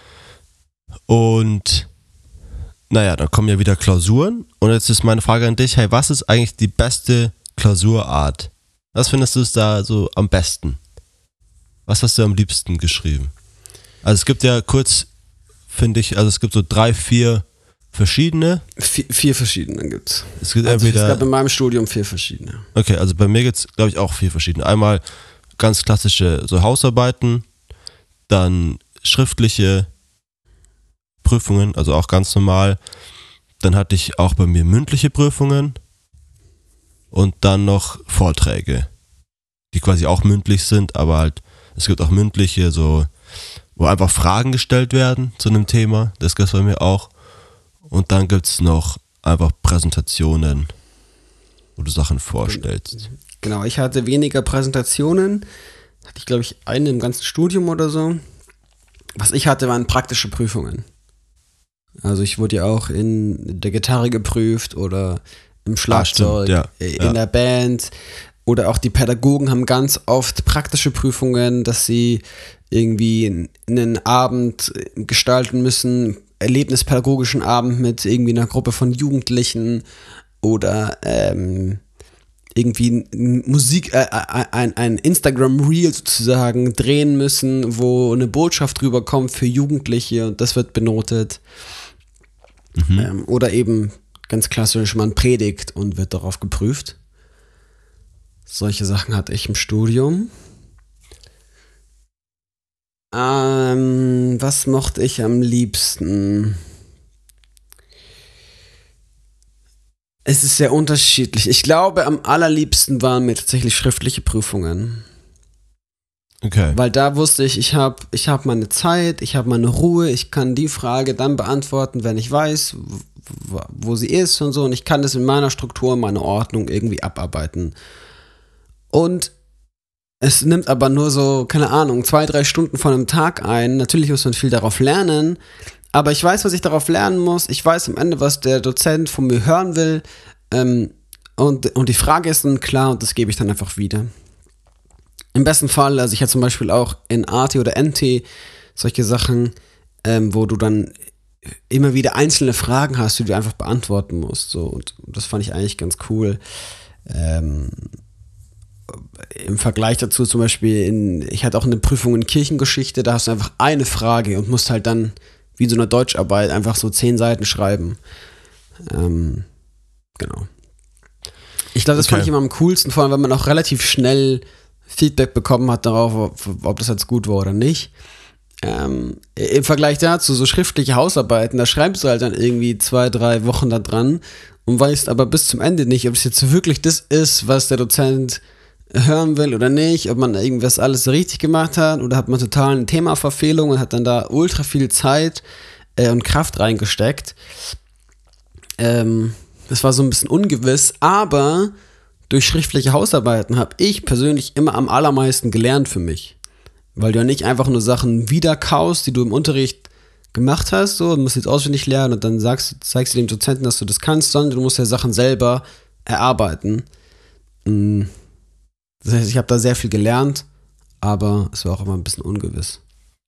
und naja, dann kommen ja wieder Klausuren. Und jetzt ist meine Frage an dich, hey, was ist eigentlich die beste Klausurart? Was findest du da so am besten? Was hast du am liebsten geschrieben? Also es gibt ja kurz, finde ich, also es gibt so drei, vier verschiedene. Vier, vier verschiedene gibt's. Es gibt also entweder, es gab in meinem Studium vier verschiedene. Okay, also bei mir gibt es, glaube ich, auch vier verschiedene. Einmal ganz klassische so Hausarbeiten, dann schriftliche Prüfungen, also auch ganz normal. Dann hatte ich auch bei mir mündliche Prüfungen und dann noch Vorträge, die quasi auch mündlich sind, aber halt, es gibt auch mündliche, so, wo einfach Fragen gestellt werden zu einem Thema, das gibt es bei mir auch. Und dann gibt es noch einfach Präsentationen, wo du Sachen vorstellst. Genau, ich hatte weniger Präsentationen, hatte ich glaube ich eine im ganzen Studium oder so. Was ich hatte, waren praktische Prüfungen. Also ich wurde ja auch in der Gitarre geprüft oder im Schlagzeug, ah, stimmt, ja, in ja. der Band. Oder auch die Pädagogen haben ganz oft praktische Prüfungen, dass sie irgendwie einen Abend gestalten müssen, erlebnispädagogischen Abend mit irgendwie einer Gruppe von Jugendlichen oder ähm, irgendwie Musik, äh, ein, ein Instagram-Reel sozusagen drehen müssen, wo eine Botschaft rüberkommt für Jugendliche und das wird benotet. Mhm. Ähm, oder eben ganz klassisch, man predigt und wird darauf geprüft. Solche Sachen hatte ich im Studium. Ähm, was mochte ich am liebsten? Es ist sehr unterschiedlich. Ich glaube, am allerliebsten waren mir tatsächlich schriftliche Prüfungen. Okay. Weil da wusste ich, ich habe ich hab meine Zeit, ich habe meine Ruhe, ich kann die Frage dann beantworten, wenn ich weiß, wo, wo sie ist und so. Und ich kann das in meiner Struktur, in meiner Ordnung irgendwie abarbeiten. Und es nimmt aber nur so, keine Ahnung, zwei, drei Stunden von einem Tag ein. Natürlich muss man viel darauf lernen, aber ich weiß, was ich darauf lernen muss. Ich weiß am Ende, was der Dozent von mir hören will. Ähm, und, und die Frage ist dann klar und das gebe ich dann einfach wieder. Im besten Fall, also ich hatte zum Beispiel auch in A T oder N T solche Sachen, ähm, wo du dann immer wieder einzelne Fragen hast, die du einfach beantworten musst. So. Und das fand ich eigentlich ganz cool. Ähm, Im Vergleich dazu zum Beispiel, in, ich hatte auch eine Prüfung in Kirchengeschichte, da hast du einfach eine Frage und musst halt dann, wie in so einer Deutscharbeit, einfach so zehn Seiten schreiben. Ähm, genau. Ich glaube, das okay. fand ich immer am coolsten, vor allem, wenn man auch relativ schnell Feedback bekommen hat darauf, ob, ob das jetzt gut war oder nicht. Ähm, im Vergleich dazu, so schriftliche Hausarbeiten, da schreibst du halt dann irgendwie zwei, drei Wochen da dran und weißt aber bis zum Ende nicht, ob es jetzt wirklich das ist, was der Dozent hören will oder nicht, ob man irgendwas alles richtig gemacht hat oder hat man total eine Themaverfehlung und hat dann da ultra viel Zeit äh, und Kraft reingesteckt. Ähm, das war so ein bisschen ungewiss, aber durch schriftliche Hausarbeiten habe ich persönlich immer am allermeisten gelernt für mich. Weil du ja nicht einfach nur Sachen wiederkaust, die du im Unterricht gemacht hast, so, du musst jetzt auswendig lernen und dann sagst, zeigst du dem Dozenten, dass du das kannst, sondern du musst ja Sachen selber erarbeiten. Das heißt, ich habe da sehr viel gelernt, aber es war auch immer ein bisschen ungewiss.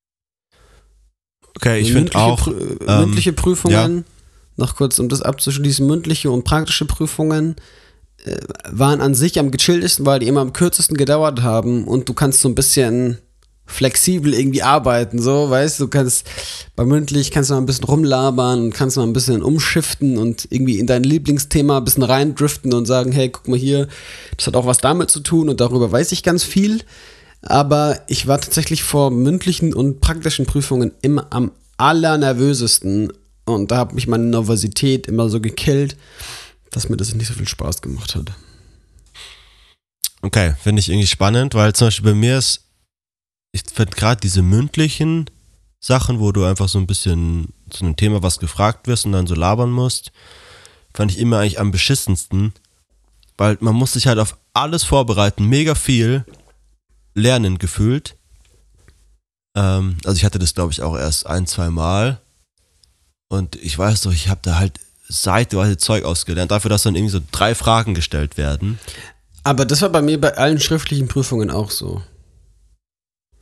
Okay, ich finde auch Prü- ähm, mündliche Prüfungen, ja. noch kurz, um das abzuschließen, mündliche und praktische Prüfungen äh, waren an sich am gechilltesten, weil die immer am kürzesten gedauert haben und du kannst so ein bisschen flexibel irgendwie arbeiten, so, weißt du, kannst bei mündlich kannst du mal ein bisschen rumlabern und kannst mal ein bisschen umschiften und irgendwie in dein Lieblingsthema ein bisschen reindriften und sagen, hey, guck mal hier, das hat auch was damit zu tun und darüber weiß ich ganz viel, aber ich war tatsächlich vor mündlichen und praktischen Prüfungen immer am allernervösesten und da hat mich meine Nervosität immer so gekillt, dass mir das nicht so viel Spaß gemacht hat. Okay, finde ich irgendwie spannend, weil zum Beispiel bei mir ist ich finde gerade diese mündlichen Sachen, wo du einfach so ein bisschen zu einem Thema was gefragt wirst und dann so labern musst, fand ich immer eigentlich am beschissensten, weil man muss sich halt auf alles vorbereiten, mega viel lernen gefühlt. Ähm, also ich hatte das glaube ich auch erst ein, zwei Mal und ich weiß doch, ich habe da halt seitenweise Zeug ausgelernt, dafür, dass dann irgendwie so drei Fragen gestellt werden. Aber das war bei mir bei allen schriftlichen Prüfungen auch so.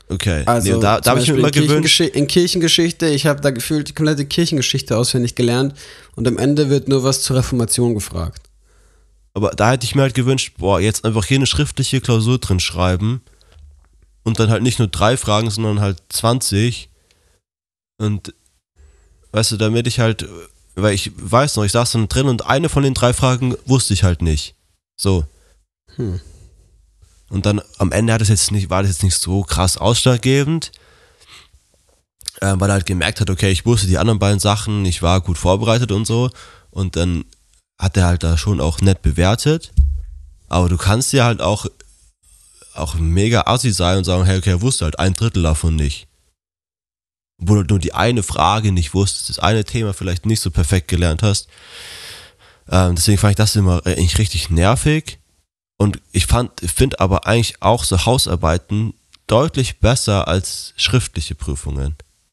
Okay, Also nee, da, da habe ich mir immer in gewünscht. Kirchengesch- in Kirchengeschichte, ich habe da gefühlt die komplette Kirchengeschichte auswendig gelernt und am Ende wird nur was zur Reformation gefragt. Aber da hätte ich mir halt gewünscht, boah, jetzt einfach hier eine schriftliche Klausur drin schreiben und dann halt nicht nur drei Fragen, sondern halt zwanzig. Und weißt du, damit ich halt, weil ich weiß noch, ich saß dann drin und eine von den drei Fragen wusste ich halt nicht. So. Hm. Und dann am Ende hat es jetzt nicht, war das jetzt nicht so krass ausschlaggebend, äh, weil er halt gemerkt hat, okay, ich wusste die anderen beiden Sachen, ich war gut vorbereitet und so. Und dann hat er halt da schon auch nett bewertet. Aber du kannst ja halt auch, auch mega assi sein und sagen, hey, okay, er wusste halt ein Drittel davon nicht. Wo du nur die eine Frage nicht wusstest, das eine Thema vielleicht nicht so perfekt gelernt hast. Ähm, deswegen fand ich das immer eigentlich richtig nervig. Und ich fand, finde aber eigentlich auch so Hausarbeiten deutlich besser als schriftliche Prüfungen.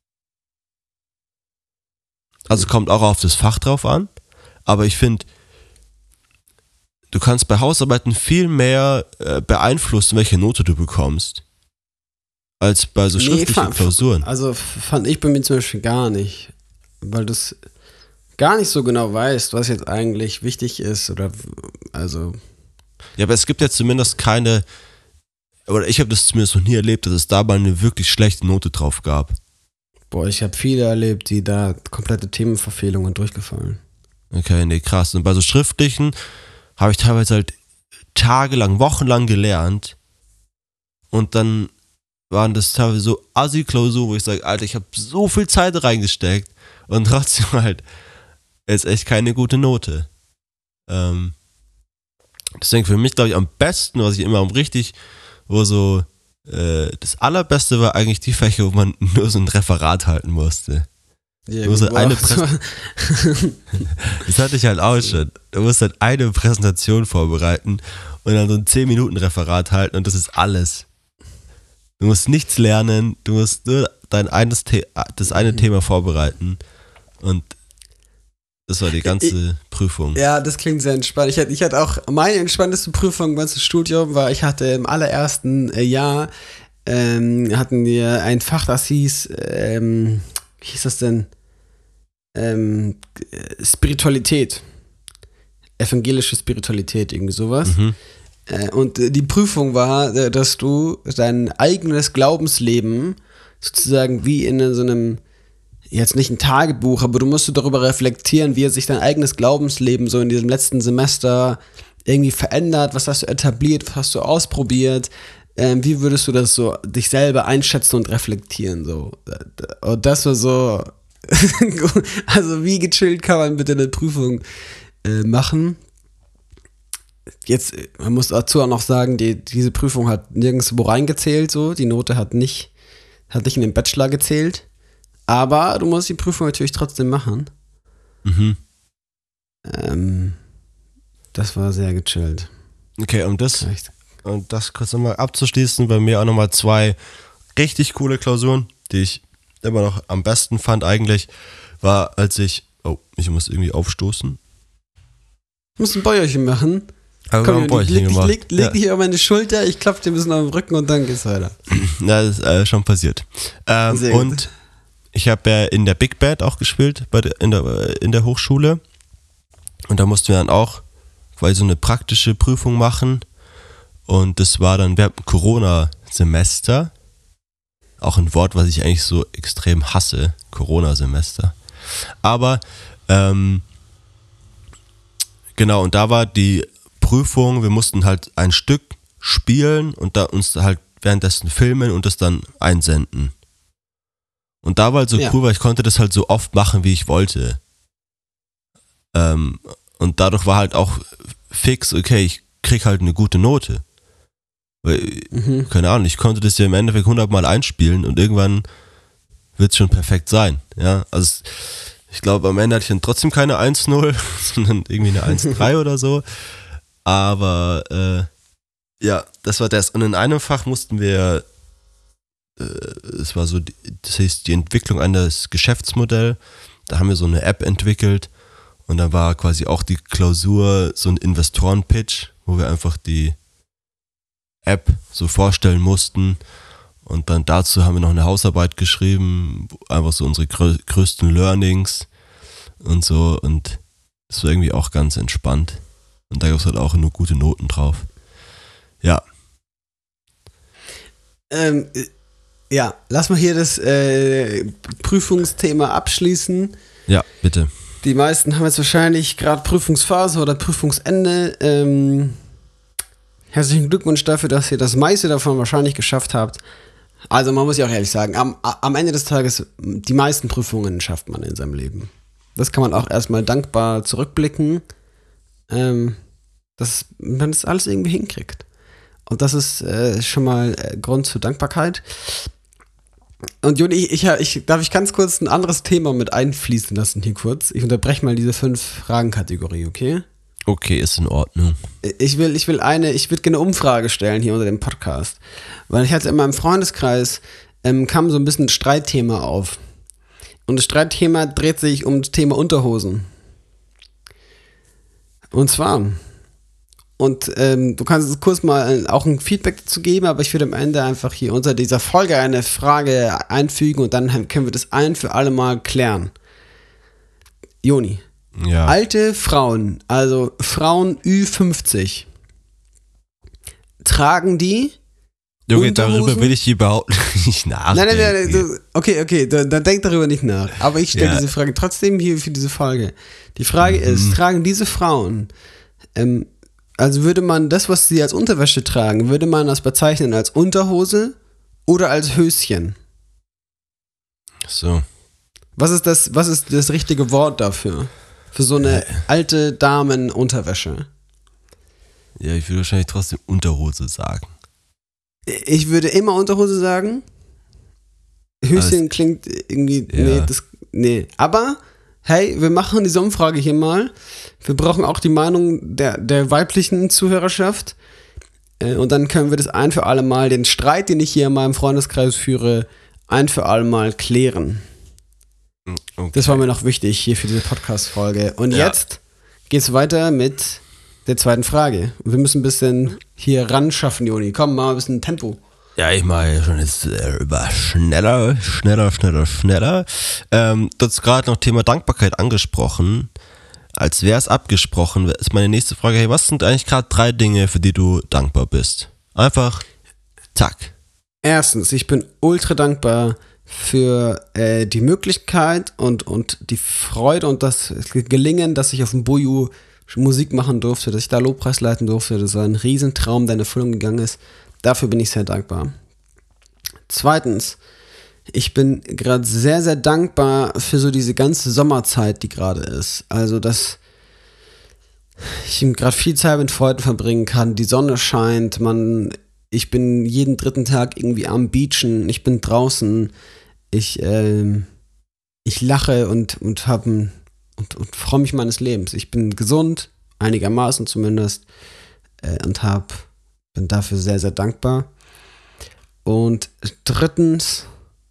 Also kommt auch auf das Fach drauf an, aber ich finde, du kannst bei Hausarbeiten viel mehr äh, beeinflussen, welche Note du bekommst, als bei so schriftlichen fand, Klausuren. Also fand ich bei mir zum Beispiel gar nicht, weil du es gar nicht so genau weißt, was jetzt eigentlich wichtig ist oder also. Ja, aber es gibt ja zumindest keine, oder ich habe das zumindest noch nie erlebt, dass es da mal eine wirklich schlechte Note drauf gab. Boah, ich habe viele erlebt, die da komplette Themenverfehlungen durchgefallen. Okay, nee, krass. Und bei so schriftlichen habe ich teilweise halt tagelang, wochenlang gelernt und dann waren das teilweise so Assi-Klausuren, wo ich sage, Alter, ich habe so viel Zeit reingesteckt und trotzdem halt ist echt keine gute Note. Ähm, deswegen für mich, glaube ich, am besten, was ich immer richtig, wo so äh, das Allerbeste war eigentlich die Fächer, wo man nur so ein Referat halten musste. Ja, nur so boah, eine Präs- das hatte ich halt auch schon. Du musst halt eine Präsentation vorbereiten und dann so ein zehn Minuten Referat halten und das ist alles. Du musst nichts lernen, du musst nur dein eines The- das eine Mhm. Thema vorbereiten und das war die ganze Ich- Prüfung. Ja, das klingt sehr entspannt. Ich hatte, ich hatte auch, meine entspannteste Prüfung im ganzen Studium war, ich hatte im allerersten äh, Jahr, ähm, hatten wir ein Fach, das hieß, ähm, wie hieß das denn? Ähm, Spiritualität. Evangelische Spiritualität, irgendwie sowas. Mhm. Äh, und äh, die Prüfung war, äh, dass du dein eigenes Glaubensleben sozusagen wie in so einem, jetzt nicht ein Tagebuch, aber du musst darüber reflektieren, wie sich dein eigenes Glaubensleben so in diesem letzten Semester irgendwie verändert, was hast du etabliert, was hast du ausprobiert, ähm, wie würdest du das so dich selber einschätzen und reflektieren, so. Und das war so, also wie gechillt kann man bitte eine Prüfung äh, machen. Jetzt, man muss dazu auch noch sagen, die, diese Prüfung hat nirgendwo reingezählt, so, die Note hat nicht, hat nicht in den Bachelor gezählt. Aber du musst die Prüfung natürlich trotzdem machen. Mhm. Ähm, das war sehr gechillt. Okay, um das, Echt. um das kurz nochmal abzuschließen, bei mir auch nochmal zwei richtig coole Klausuren, die ich immer noch am besten fand eigentlich, war als ich, oh, ich muss irgendwie aufstoßen. Ich muss ein Bäuerchen machen. Aber Komm, wir haben leg, leg, gemacht. leg, leg Ja. dich auf meine Schulter, ich klopfe dir ein bisschen auf den Rücken und dann geht's weiter. Ja, das ist äh, schon passiert. Ähm, Sehr gut. und ich habe ja in der Big Band auch gespielt, bei der, in, der, in der Hochschule. Und da mussten wir dann auch quasi so eine praktische Prüfung machen. Und das war dann während dem Corona-Semester. Auch ein Wort, was ich eigentlich so extrem hasse. Corona-Semester. Aber, ähm, genau, und da war die Prüfung, wir mussten halt ein Stück spielen und da uns halt währenddessen filmen und das dann einsenden. Und da war halt so Ja. cool, weil ich konnte das halt so oft machen, wie ich wollte. Ähm, und dadurch war halt auch fix, okay, ich krieg halt eine gute Note. Weil, Mhm. keine Ahnung, ich konnte das ja im Endeffekt hundert Mal einspielen und irgendwann wird es schon perfekt sein. Ja, also es, ich glaube, am Ende hatte ich dann trotzdem keine eins null, sondern irgendwie eine eins drei oder so. Aber äh, ja, das war das. Und in einem Fach mussten wir, äh, es war so, die, das heißt die Entwicklung eines Geschäftsmodells. Da haben wir so eine App entwickelt und da war quasi auch die Klausur so ein Investoren-Pitch, wo wir einfach die App so vorstellen mussten. Und dann dazu haben wir noch eine Hausarbeit geschrieben, einfach so unsere grö- größten Learnings und so. Und das war irgendwie auch ganz entspannt. Und da gab es halt auch nur gute Noten drauf. Ja. Ähm, ja, lass mal hier das äh, Prüfungsthema abschließen. Ja, bitte. Die meisten haben jetzt wahrscheinlich gerade Prüfungsphase oder Prüfungsende. Ähm, herzlichen Glückwunsch dafür, dass ihr das meiste davon wahrscheinlich geschafft habt. Also man muss ja auch ehrlich sagen, am, am Ende des Tages, die meisten Prüfungen schafft man in seinem Leben. Das kann man auch erstmal dankbar zurückblicken, ähm, dass man das alles irgendwie hinkriegt. Und das ist äh, schon mal äh, Grund zur Dankbarkeit. Und Juni, ich, ich, ich, darf ich ganz kurz ein anderes Thema mit einfließen lassen hier kurz? Ich unterbreche mal diese fünf Fragen-Kategorie, okay? Okay, ist in Ordnung. Ich will, ich will eine, ich würde gerne eine Umfrage stellen hier unter dem Podcast. Weil ich hatte in meinem Freundeskreis, ähm, kam so ein bisschen ein Streitthema auf. Und das Streitthema dreht sich um das Thema Unterhosen. Und zwar, und ähm, du kannst jetzt kurz mal auch ein Feedback dazu geben, aber ich würde am Ende einfach hier unter dieser Folge eine Frage einfügen und dann können wir das ein für alle Mal klären. Joni. Ja. Alte Frauen, also Frauen Ü fünfzig, tragen die Junge, Unterhosen? darüber will ich überhaupt nicht nachdenken. Nein, nein, nein, du, okay, okay, dann, dann denk darüber nicht nach. Aber ich stelle Ja. diese Frage trotzdem hier für diese Folge. Die Frage Mhm. ist, tragen diese Frauen, ähm, also würde man das, was sie als Unterwäsche tragen, würde man das bezeichnen als Unterhose oder als Höschen? So. Was ist das, was ist das richtige Wort dafür? Für so eine alte Damen-Unterwäsche? Ja, ich würde wahrscheinlich trotzdem Unterhose sagen. Ich würde immer Unterhose sagen. Höschen Also, klingt irgendwie, ja. nee, das, nee. Aber, hey, wir machen diese Umfrage hier mal. Wir brauchen auch die Meinung der, der weiblichen Zuhörerschaft. Äh, Und dann können wir das ein für alle Mal, den Streit, den ich hier in meinem Freundeskreis führe, ein für alle Mal klären. Okay. Das war mir noch wichtig hier für diese Podcast-Folge. Und Ja. jetzt geht's weiter mit der zweiten Frage. Wir müssen ein bisschen hier ran schaffen, Joni. Komm, mal ein bisschen Tempo. Ja, ich mache schon jetzt äh, über schneller, schneller, schneller, schneller. Ähm, du hast gerade noch Thema Dankbarkeit angesprochen. Als wäre es abgesprochen, ist meine nächste Frage, hey, was sind eigentlich gerade drei Dinge, für die du dankbar bist? Einfach, zack. Erstens, ich bin ultra dankbar für äh, die Möglichkeit und, und die Freude und das Gelingen, dass ich auf dem Buju Musik machen durfte, dass ich da Lobpreis leiten durfte. Das war ein Riesentraum, der in Erfüllung gegangen ist. Dafür bin ich sehr dankbar. Zweitens, ich bin gerade sehr, sehr dankbar für so diese ganze Sommerzeit, die gerade ist. Also, dass ich gerade viel Zeit mit Freunden verbringen kann, die Sonne scheint, man, ich bin jeden dritten Tag irgendwie am Beachen, ich bin draußen, ich, ähm, ich lache und, und, hab ein, und, und freue mich meines Lebens. Ich bin gesund, einigermaßen zumindest, äh, und hab, bin dafür sehr, sehr dankbar. Und drittens,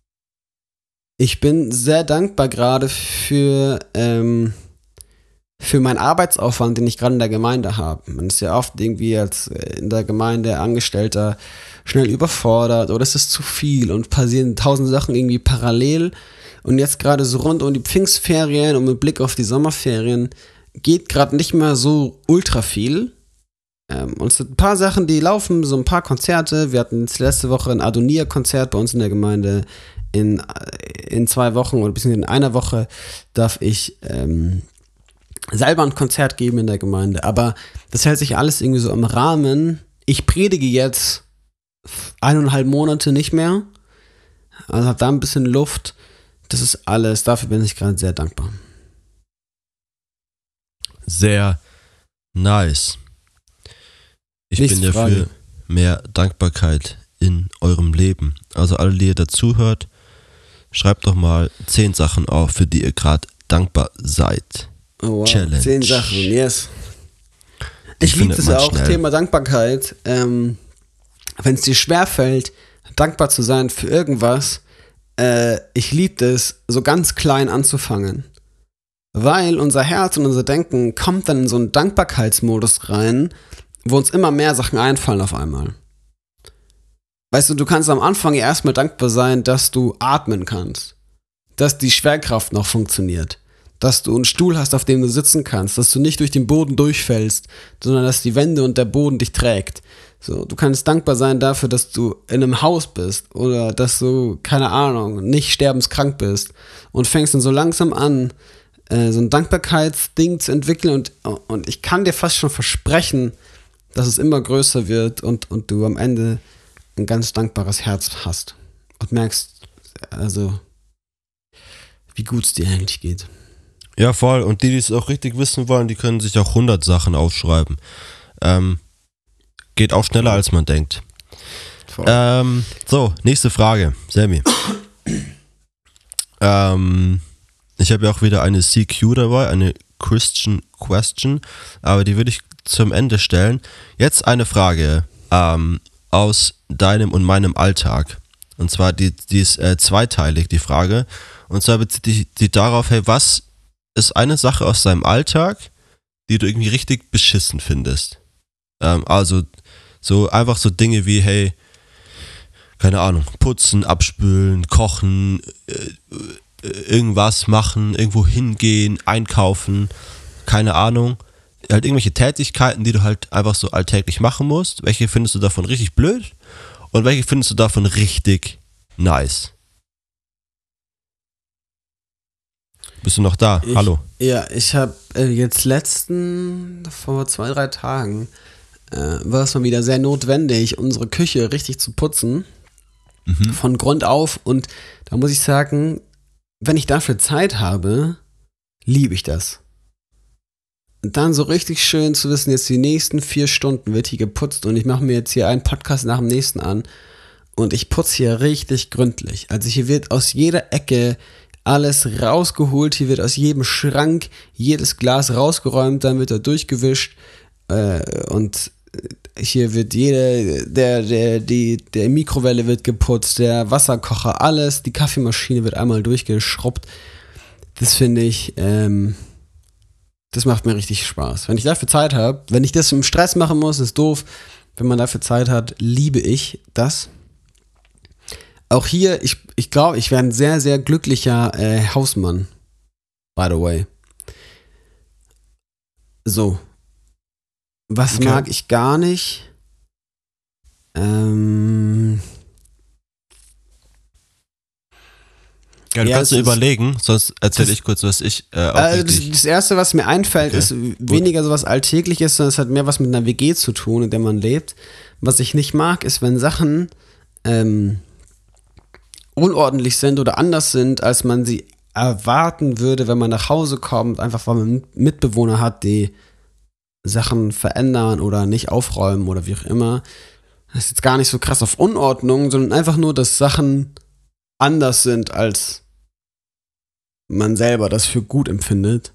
ich bin sehr dankbar gerade für, ähm, für meinen Arbeitsaufwand, den ich gerade in der Gemeinde habe. Man ist ja oft irgendwie als äh, in der Gemeinde Angestellter schnell überfordert oder es ist zu viel und passieren tausend Sachen irgendwie parallel. Und jetzt gerade so rund um die Pfingstferien und mit Blick auf die Sommerferien geht gerade nicht mehr so ultra viel. Ähm, und es sind ein paar Sachen, die laufen, so ein paar Konzerte. Wir hatten jetzt letzte Woche ein Adonia-Konzert bei uns in der Gemeinde. In, in zwei Wochen oder beziehungsweise in einer Woche darf ich ähm, selber ein Konzert geben in der Gemeinde. Aber das hält sich alles irgendwie so im Rahmen. Ich predige jetzt eineinhalb Monate nicht mehr. Also habe da ein bisschen Luft. Das ist alles. Dafür bin ich gerade sehr dankbar. Sehr nice. Ich Nächste bin ja Frage. für mehr Dankbarkeit in eurem Leben. Also alle, die ihr dazuhört, schreibt doch mal zehn Sachen auf, für die ihr gerade dankbar seid. Oh, wow. Challenge. Zehn Sachen, yes. Ich, Ich liebe finde es man ja auch, schnell. Thema Dankbarkeit. Ähm, wenn es dir schwerfällt, dankbar zu sein für irgendwas, äh, ich liebe es, so ganz klein anzufangen. Weil unser Herz und unser Denken kommt dann in so einen Dankbarkeitsmodus rein, wo uns immer mehr Sachen einfallen auf einmal. weißt du, du kannst am Anfang ja erstmal dankbar sein, dass du atmen kannst, dass die Schwerkraft noch funktioniert, dass du einen Stuhl hast, auf dem du sitzen kannst, dass du nicht durch den Boden durchfällst, sondern dass die Wände und der Boden dich trägt. So, du kannst dankbar sein dafür, dass du in einem Haus bist oder dass du, keine Ahnung, nicht sterbenskrank bist und fängst dann so langsam an, äh, so ein Dankbarkeitsding zu entwickeln und, und ich kann dir fast schon versprechen, dass es immer größer wird und, und du am Ende ein ganz dankbares Herz hast und merkst, also, wie gut es dir eigentlich geht. Ja, voll. Und die, die es auch richtig wissen wollen, die können sich auch hundert Sachen aufschreiben. Ähm, geht auch schneller, als man denkt. Ähm, so, nächste Frage. Sammy. ähm, ich habe ja auch wieder eine C Q dabei, eine Christian Question, aber die würde ich zum Ende stellen. Jetzt eine Frage ähm, aus deinem und meinem Alltag. Und zwar, die, die ist äh, zweiteilig, die Frage. Und zwar bezieht die, die darauf, hey, was ist eine Sache aus deinem Alltag, die du irgendwie richtig beschissen findest? Ähm, also so einfach so Dinge wie, hey, keine Ahnung, putzen, abspülen, kochen, äh, irgendwas machen, irgendwo hingehen, einkaufen, keine Ahnung. Halt irgendwelche Tätigkeiten, die du halt einfach so alltäglich machen musst. Welche findest du davon richtig blöd und welche findest du davon richtig nice? Bist du noch da? Ich, Hallo. Ja, ich habe äh, jetzt letzten, vor zwei, drei Tagen, äh, war es mal wieder sehr notwendig, unsere Küche richtig zu putzen. Mhm. Von Grund auf. Und da muss ich sagen, wenn ich dafür Zeit habe, liebe ich das. Und dann so richtig schön zu wissen, jetzt die nächsten vier Stunden wird hier geputzt und ich mache mir jetzt hier einen Podcast nach dem nächsten an und ich putze hier richtig gründlich. Also hier wird aus jeder Ecke alles rausgeholt, hier wird aus jedem Schrank jedes Glas rausgeräumt, dann wird er durchgewischt äh, und hier wird jede, der, der, die, der Mikrowelle wird geputzt, der Wasserkocher, alles, die Kaffeemaschine wird einmal durchgeschrubbt. Das finde ich, ähm, das macht mir richtig Spaß. Wenn ich dafür Zeit habe, wenn ich das im Stress machen muss, ist doof. Wenn man dafür Zeit hat, liebe ich das. Auch hier, ich, ich glaube, ich wäre ein sehr, sehr glücklicher äh, Hausmann. By the way. So. Was okay. mag ich gar nicht? Ähm. Ja, du ja, kannst dir überlegen, sonst erzähle ich kurz, was ich äh, auch äh, das, das Erste, was mir einfällt, okay. ist weniger Gut. sowas Alltägliches, sondern es hat mehr was mit einer W G zu tun, in der man lebt. Was ich nicht mag, ist, wenn Sachen ähm, unordentlich sind oder anders sind, als man sie erwarten würde, wenn man nach Hause kommt, einfach weil man Mitbewohner hat, die Sachen verändern oder nicht aufräumen oder wie auch immer. Das ist jetzt gar nicht so krass auf Unordnung, sondern einfach nur, dass Sachen anders sind, als man selber das für gut empfindet.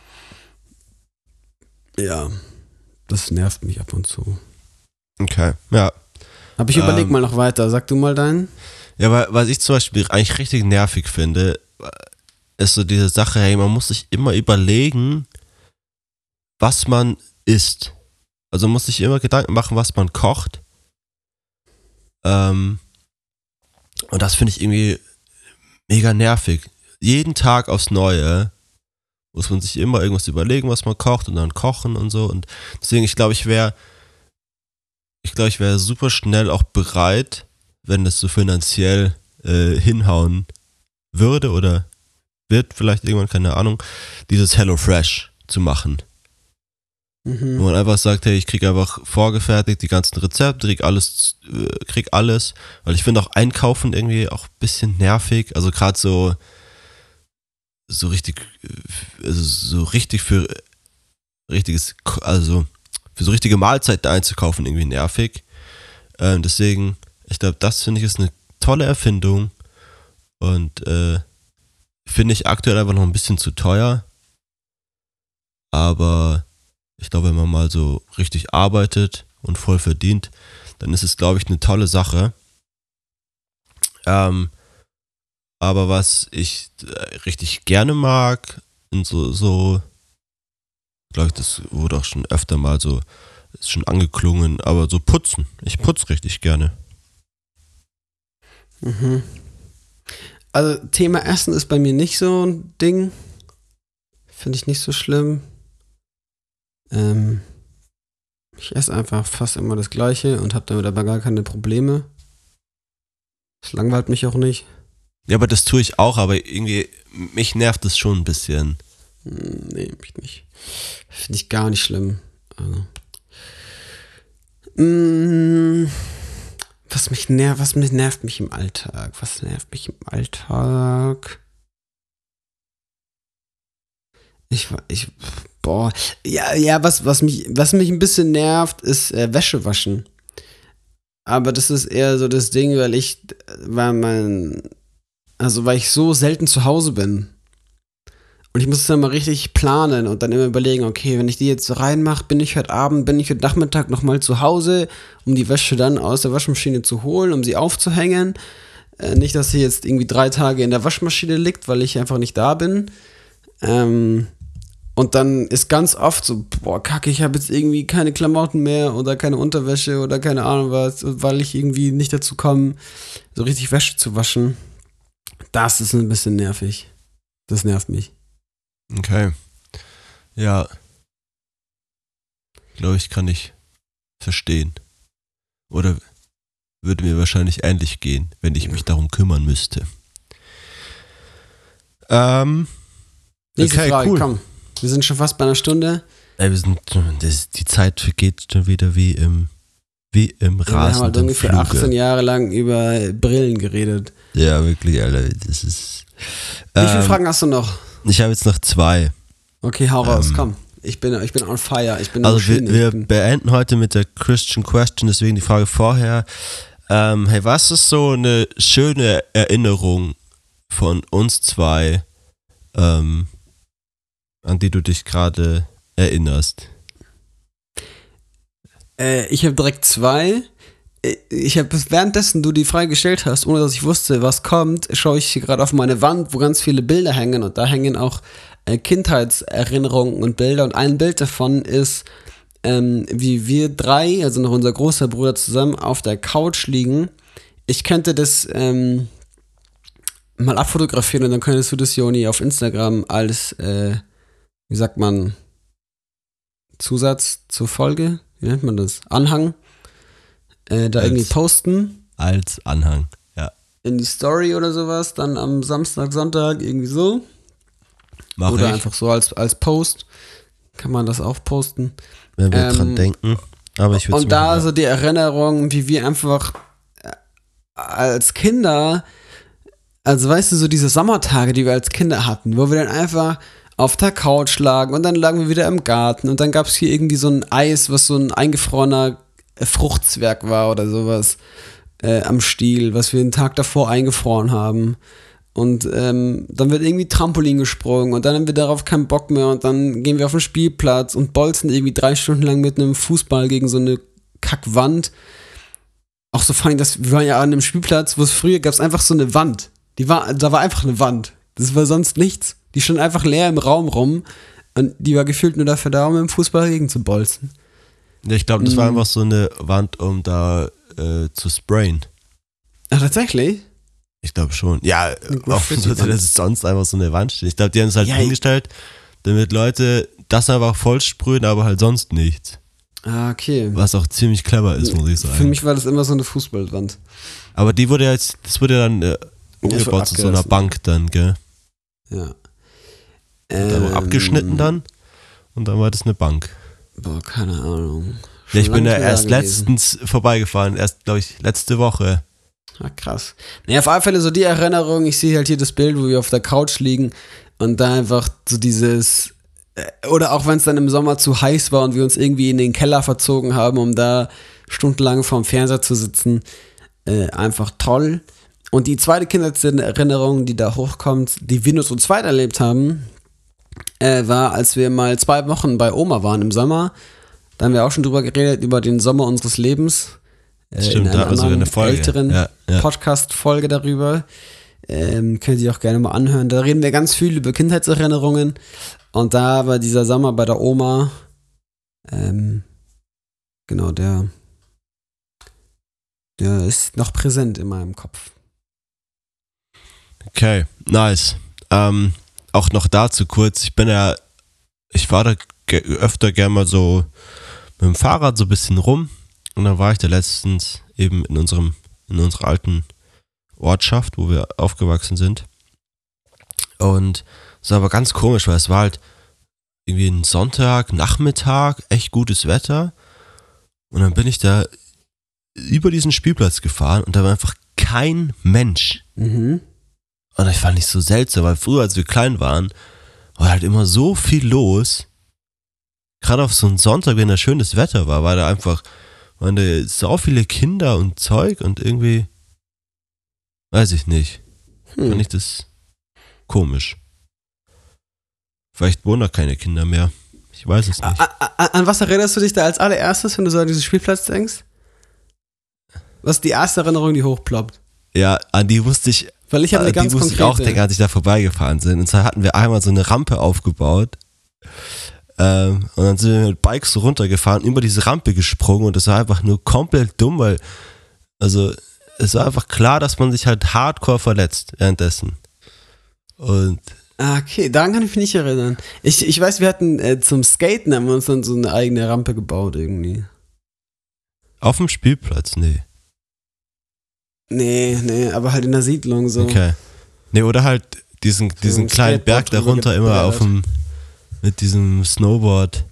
Ja, das nervt mich ab und zu. Okay, ja. Aber ich überleg ähm, mal noch weiter. Sag du mal deinen. Ja, weil was ich zum Beispiel eigentlich richtig nervig finde, ist so diese Sache, hey, man muss sich immer überlegen, was man isst. Also man muss sich immer Gedanken machen, was man kocht. Ähm, und das finde ich irgendwie mega nervig. Jeden Tag aufs Neue muss man sich immer irgendwas überlegen, was man kocht und dann kochen und so. Und deswegen, ich glaube, ich wäre ich glaube, ich wäre super schnell auch bereit, wenn das so finanziell äh, hinhauen würde oder wird vielleicht irgendwann, keine Ahnung, dieses HelloFresh zu machen. Mhm. Wo man einfach sagt, hey, ich krieg einfach vorgefertigt die ganzen Rezepte, krieg alles, äh, krieg alles, weil ich finde auch Einkaufen irgendwie auch ein bisschen nervig, also gerade so so richtig, also so richtig für richtiges, also für so richtige Mahlzeiten einzukaufen irgendwie nervig. Ähm, deswegen, ich glaube, das finde ich ist eine tolle Erfindung und äh, finde ich aktuell einfach noch ein bisschen zu teuer. Aber ich glaube, wenn man mal so richtig arbeitet und voll verdient, dann ist es, glaube ich, eine tolle Sache. Ähm, aber was ich richtig gerne mag, und so, so glaube ich, das wurde auch schon öfter mal so, ist schon angeklungen, aber so putzen. Ich putze richtig gerne. Mhm. Also Thema Essen ist bei mir nicht so ein Ding. Finde ich nicht so schlimm. Ähm, ich esse einfach fast immer das Gleiche und habe damit aber gar keine Probleme. Es langweilt mich auch nicht. Ja, aber das tue ich auch, aber irgendwie, mich nervt es schon ein bisschen. Hm, nee, mich nicht. Finde ich gar nicht schlimm. Also. Mm, was mich nervt, was mich nervt mich im Alltag? Was nervt mich im Alltag? Ich, ich, boah, ja, ja, was, was mich, was mich ein bisschen nervt, ist äh, Wäsche waschen. Aber das ist eher so das Ding, weil ich, weil mein, also weil ich so selten zu Hause bin. Und ich muss es dann mal richtig planen und dann immer überlegen, okay, wenn ich die jetzt so reinmache, bin ich heute Abend, bin ich heute Nachmittag nochmal zu Hause, um die Wäsche dann aus der Waschmaschine zu holen, um sie aufzuhängen. Äh, nicht, dass sie jetzt irgendwie drei Tage in der Waschmaschine liegt, weil ich einfach nicht da bin. Ähm, und dann ist ganz oft so, boah, kacke, ich habe jetzt irgendwie keine Klamotten mehr oder keine Unterwäsche oder keine Ahnung was, weil ich irgendwie nicht dazu komme, so richtig Wäsche zu waschen. Das ist ein bisschen nervig. Das nervt mich. Okay. Ja. Glaube ich, kann ich verstehen. Oder würde mir wahrscheinlich ähnlich gehen, wenn ich Ja. mich darum kümmern müsste. Ähm. Nächste Okay, Frage, cool. komm. Wir sind schon fast bei einer Stunde. Ey, wir sind, das, die Zeit vergeht schon wieder wie im, wie im Wir haben halt rasenden ungefähr Fluge. achtzehn Jahre lang über Brillen geredet. Ja, wirklich, Alter. Das ist. Wie viele Ähm, Fragen hast du noch? Ich habe jetzt noch zwei. Okay, hau raus, ähm, komm. Ich bin, ich bin on fire. Ich bin eine Also wir, Maschine. wir Ich bin, beenden heute mit der Christian Question, deswegen die Frage vorher. Ähm, hey, was ist so eine schöne Erinnerung von uns zwei, ähm, an die du dich gerade erinnerst? äh, ich habe direkt zwei. Äh, Ich habe währenddessen du die Frage gestellt hast, ohne dass ich wusste, was kommt, schaue ich hier gerade auf meine Wand, wo ganz viele Bilder hängen und da hängen auch äh, Kindheitserinnerungen und Bilder und ein Bild davon ist, ähm, wie wir drei, also noch unser großer Bruder zusammen auf der Couch liegen. Ich könnte das ähm, mal abfotografieren und dann könntest du das, Joni, auf Instagram als, äh, wie sagt man, Zusatz zur Folge, wie nennt man das? Anhang, äh, da Als- irgendwie posten. Als Anhang, ja. In die Story oder sowas, dann am Samstag, Sonntag, irgendwie so. Mach oder ich, einfach so als, als Post. Kann man das auch posten. wenn wir ähm, dran denken. Aber ich würde Und da so die Erinnerung, wie wir einfach äh, als Kinder, also weißt du, so diese Sommertage, die wir als Kinder hatten, wo wir dann einfach auf der Couch lagen und dann lagen wir wieder im Garten und dann gab es hier irgendwie so ein Eis, was so ein eingefrorener Fruchtzwerg war oder sowas äh, am Stiel, was wir den Tag davor eingefroren haben. Und ähm, dann wird irgendwie Trampolin gesprungen und dann haben wir darauf keinen Bock mehr und dann gehen wir auf den Spielplatz und bolzen irgendwie drei Stunden lang mit einem Fußball gegen so eine Kackwand. Auch so funny, dass wir waren ja an einem Spielplatz, wo es früher gab es einfach so eine Wand. Die war, da war einfach eine Wand. Das war sonst nichts. Die stand einfach leer im Raum rum und die war gefühlt nur dafür da, um mit dem Fußball gegen zu bolzen. Ja, ich glaube, das war Mm. einfach so eine Wand, um da äh, zu sprayen. Ach, tatsächlich? Ich glaube schon. Ja, Eine auch so, Graffiti-Wand. dass es sonst einfach so eine Wand steht. Ich glaube, die haben es halt Ja, hingestellt, damit Leute das einfach voll sprühen, aber halt sonst nichts. Ah, okay. Was auch ziemlich clever ist, muss ich sagen. Für mich war das immer so eine Fußballwand. Aber die wurde jetzt, das wurde dann äh, umgebaut zu so einer abgerissen. Bank dann, gell? Ja. Dann Ähm, abgeschnitten dann und dann war das eine Bank. Boah, keine Ahnung. Ja, Schon ich bin lange da nicht mehr erst gewesen. letztens vorbeigefahren, erst, glaube ich, letzte Woche. Ah, krass. Naja, auf alle Fälle so die Erinnerung, ich sehe halt hier das Bild, wo wir auf der Couch liegen und da einfach so dieses, äh, oder auch wenn es dann im Sommer zu heiß war und wir uns irgendwie in den Keller verzogen haben, um da stundenlang vorm Fernseher zu sitzen, äh, einfach toll. Und die zweite Kindheitserinnerung, die da hochkommt, die wir nur zu zweit erlebt haben, äh, war, als wir mal zwei Wochen bei Oma waren im Sommer. Da haben wir auch schon drüber geredet, über den Sommer unseres Lebens. Äh, Stimmt, in da einer hatten wir sogar anderen, eine Folge. älteren Ja, ja. Podcast-Folge darüber. Ähm, könnt ihr auch gerne mal anhören. Da reden wir ganz viel über Kindheitserinnerungen. Und da war dieser Sommer bei der Oma, ähm, genau, der, der ist noch präsent in meinem Kopf. Okay, nice. Ähm, auch noch dazu kurz, ich bin ja, ich fahre da ge- öfter gerne mal so mit dem Fahrrad so ein bisschen rum und dann war ich da letztens eben in unserem, in unserer alten Ortschaft, wo wir aufgewachsen sind. Und es war aber ganz komisch, weil es war halt irgendwie ein Sonntag, Nachmittag, echt gutes Wetter. Und dann bin ich da über diesen Spielplatz gefahren und da war einfach kein Mensch. Mhm. Und das fand ich so seltsam, weil früher, als wir klein waren, war halt immer so viel los. Gerade auf so einen Sonntag, wenn da schönes Wetter war, war da einfach, waren da so viele Kinder und Zeug und irgendwie, weiß ich nicht, Hm. fand ich das komisch. Vielleicht wohnen da keine Kinder mehr. Ich weiß es nicht. A- a- An was erinnerst du dich da als allererstes, wenn du so an diesen Spielplatz denkst? Was ist die erste Erinnerung, die hochploppt? Ja, an die musste ich, Weil ich habe eine an die ganz musste ich auch konkrete. denken, als ich da vorbeigefahren sind. Und zwar hatten wir einmal so eine Rampe aufgebaut. Ähm, und dann sind wir mit Bikes so runtergefahren, über diese Rampe gesprungen und das war einfach nur komplett dumm, weil, also, es war einfach klar, dass man sich halt hardcore verletzt währenddessen. Und Ah, okay, daran kann ich mich nicht erinnern. Ich, ich weiß, wir hatten äh, zum Skaten haben wir uns dann so eine eigene Rampe gebaut irgendwie. auf dem Spielplatz, nee. Nee, nee, aber halt in der Siedlung so. Okay. Nee, oder halt diesen, diesen ein kleinen Berg Skateboard drüber darunter immer auf geballert. dem, mit diesem Snowboard.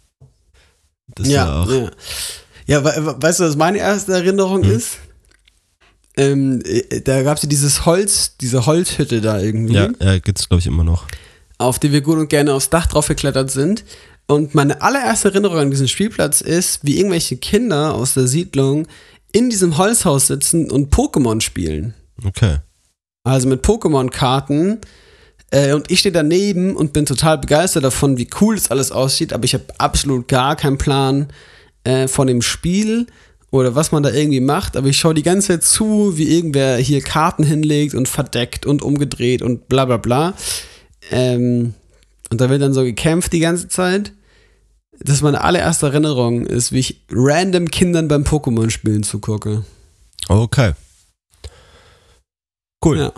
Das war Ja, auch. ja. Ja, we we weißt du, was meine erste Erinnerung Hm. ist? Ähm, äh, da gab es ja dieses Holz, diese Holzhütte da irgendwie, Ja, ja gibt's glaube ich immer noch. auf die wir gut und gerne aufs Dach drauf geklettert sind. Und meine allererste Erinnerung an diesen Spielplatz ist, wie irgendwelche Kinder aus der Siedlung in diesem Holzhaus sitzen und Pokémon spielen. Okay. Also mit Pokémon-Karten. Äh, und ich stehe daneben und bin total begeistert davon, wie cool das alles aussieht. Aber ich habe absolut gar keinen Plan äh, von dem Spiel oder was man da irgendwie macht. Aber ich schaue die ganze Zeit zu, wie irgendwer hier Karten hinlegt und verdeckt und umgedreht und bla bla bla. Ähm, und da wird dann so gekämpft die ganze Zeit. Das ist meine allererste Erinnerung, ist, wie ich random Kindern beim Pokémon-Spielen zugucke. Okay. Cool. Ja.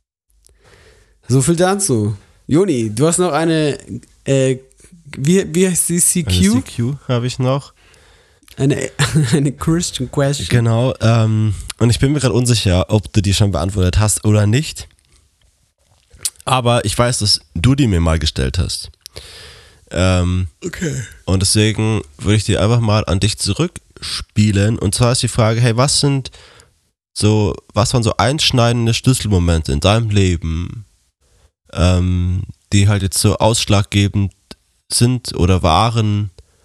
So viel dazu. Joni, du hast noch eine, äh, wie, wie heißt die, C Eine Q? C Q habe ich noch. Eine, eine Christian Question. Genau. Ähm, und ich bin mir gerade unsicher, ob du die schon beantwortet hast oder nicht. Aber ich weiß, dass du die mir mal gestellt hast. Ähm, Okay. und deswegen würde ich die einfach mal an dich zurückspielen. Und zwar ist die Frage, hey, was sind so, was waren so einschneidende Schlüsselmomente in deinem Leben, ähm, die halt jetzt so ausschlaggebend sind oder waren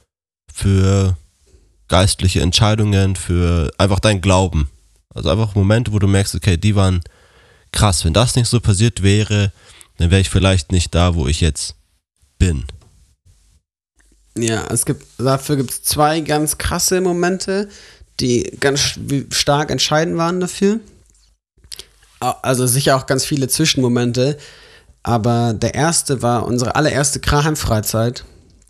für geistliche Entscheidungen, für einfach dein Glauben. Also einfach Momente, wo du merkst, okay, die waren krass. Wenn das nicht so passiert wäre, dann wäre ich vielleicht nicht da, wo ich jetzt bin. Ja, es gibt, dafür gibt es zwei ganz krasse Momente, die ganz sch- stark entscheidend waren dafür. A- Also sicher auch ganz viele Zwischenmomente, aber der erste war unsere allererste Kraheim-Freizeit.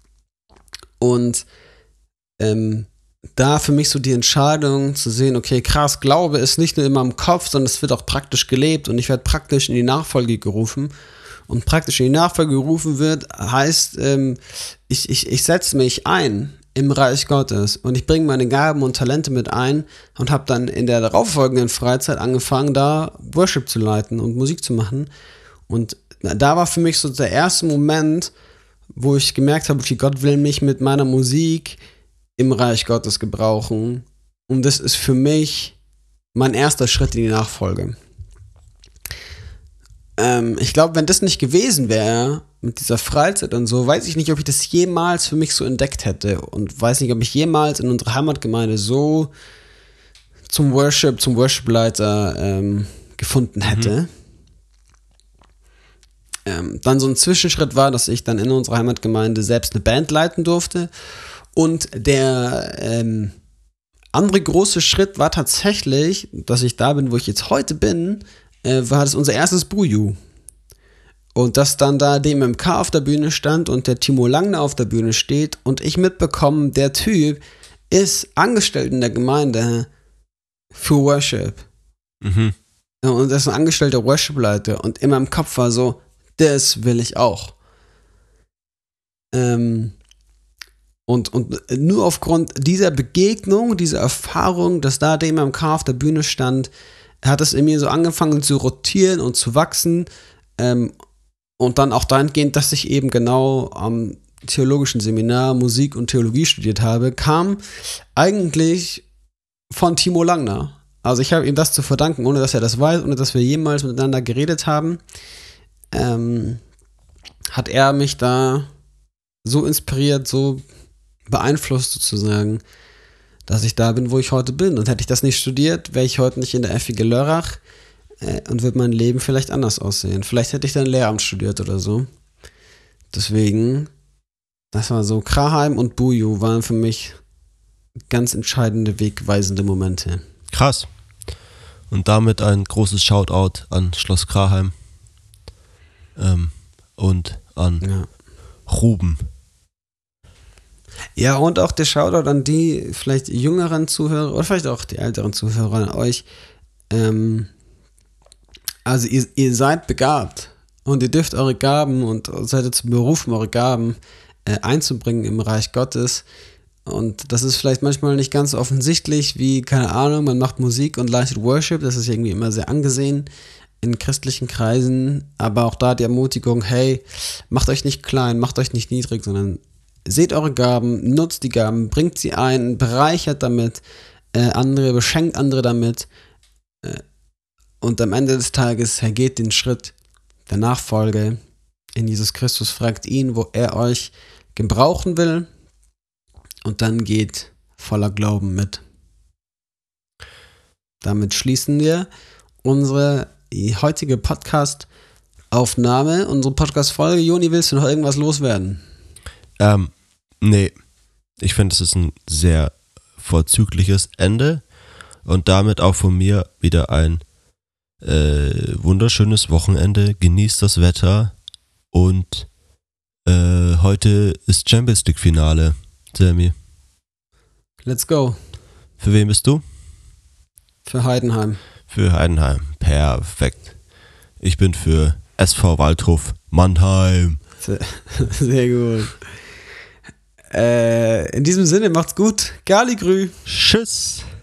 Und ähm, da für mich so die Entscheidung zu sehen, okay, krass, Glaube ist nicht nur immer im Kopf, sondern es wird auch praktisch gelebt und ich werde praktisch in die Nachfolge gerufen. Und praktisch in die Nachfolge gerufen wird, heißt, ähm, ich, ich, ich setze mich ein im Reich Gottes und ich bringe meine Gaben und Talente mit ein und habe dann in der darauffolgenden Freizeit angefangen, da Worship zu leiten und Musik zu machen. Und da war für mich so der erste Moment, wo ich gemerkt habe, okay, Gott will mich mit meiner Musik im Reich Gottes gebrauchen. Und das ist für mich mein erster Schritt in die Nachfolge. Ähm, ich glaube, wenn das nicht gewesen wäre, mit dieser Freizeit und so, weiß ich nicht, ob ich das jemals für mich so entdeckt hätte. Und weiß nicht, ob ich jemals in unserer Heimatgemeinde so zum Worship, zum Worshipleiter ähm, gefunden hätte. Mhm. Ähm, dann so ein Zwischenschritt war, dass ich dann in unserer Heimatgemeinde selbst eine Band leiten durfte. Und der ähm, andere große Schritt war tatsächlich, dass ich da bin, wo ich jetzt heute bin, äh, war das unser erstes Buju. Und dass dann da D M M K auf der Bühne stand und der Timo Langner auf der Bühne steht und ich mitbekomme, der Typ ist angestellt in der Gemeinde für Worship. Mhm. Und das ist ein angestellter Worship-Leiter. Und in meinem Kopf war so, das will ich auch. Ähm, und, und nur aufgrund dieser Begegnung, dieser Erfahrung, dass da der in meinem Car auf der Bühne stand, hat es in mir so angefangen zu rotieren und zu wachsen. Ähm, und dann auch dahingehend, dass ich eben genau am theologischen Seminar Musik und Theologie studiert habe, kam eigentlich von Timo Langner. Also ich habe ihm das zu verdanken, ohne dass er das weiß, ohne dass wir jemals miteinander geredet haben, ähm, hat er mich da so inspiriert, so beeinflusst sozusagen, dass ich da bin, wo ich heute bin. Und hätte ich das nicht studiert, wäre ich heute nicht in der F I G Lörrach äh, und würde mein Leben vielleicht anders aussehen. Vielleicht hätte ich dann Lehramt studiert oder so. Deswegen, das war so, Kraheim und Buju waren für mich ganz entscheidende, wegweisende Momente. Krass. Und damit ein großes Shoutout an Schloss Kraheim ähm, und an Ja. Ruben. Ja, und auch der Shoutout an die vielleicht jüngeren Zuhörer oder vielleicht auch die älteren Zuhörer an euch. Ähm, also ihr, ihr seid begabt und ihr dürft eure Gaben und seid dazu berufen, eure Gaben äh, einzubringen im Reich Gottes. Und das ist vielleicht manchmal nicht ganz so offensichtlich wie, keine Ahnung, man macht Musik und leistet Worship. Das ist irgendwie immer sehr angesehen in christlichen Kreisen. Aber auch da die Ermutigung, hey, macht euch nicht klein, macht euch nicht niedrig, sondern seht eure Gaben, nutzt die Gaben, bringt sie ein, bereichert damit äh, andere, beschenkt andere damit. Äh, und am Ende des Tages, Herr, geht den Schritt der Nachfolge in Jesus Christus, fragt ihn, wo er euch gebrauchen will. Und dann geht voller Glauben mit. Damit schließen wir unsere heutige Podcast-Aufnahme, unsere Podcast-Folge. Joni, willst du noch irgendwas loswerden? Ähm, nee. Ich finde, es ist ein sehr vorzügliches Ende und damit auch von mir wieder ein äh, wunderschönes Wochenende. Genießt das Wetter und äh, heute ist Champions League Finale. Sammy. Let's go. Für wen bist du? Für Heidenheim. Für Heidenheim. Perfekt. Ich bin für S V Waldhof Mannheim. Sehr, sehr gut. Äh, in diesem Sinne, macht's gut. Galigrü. Tschüss.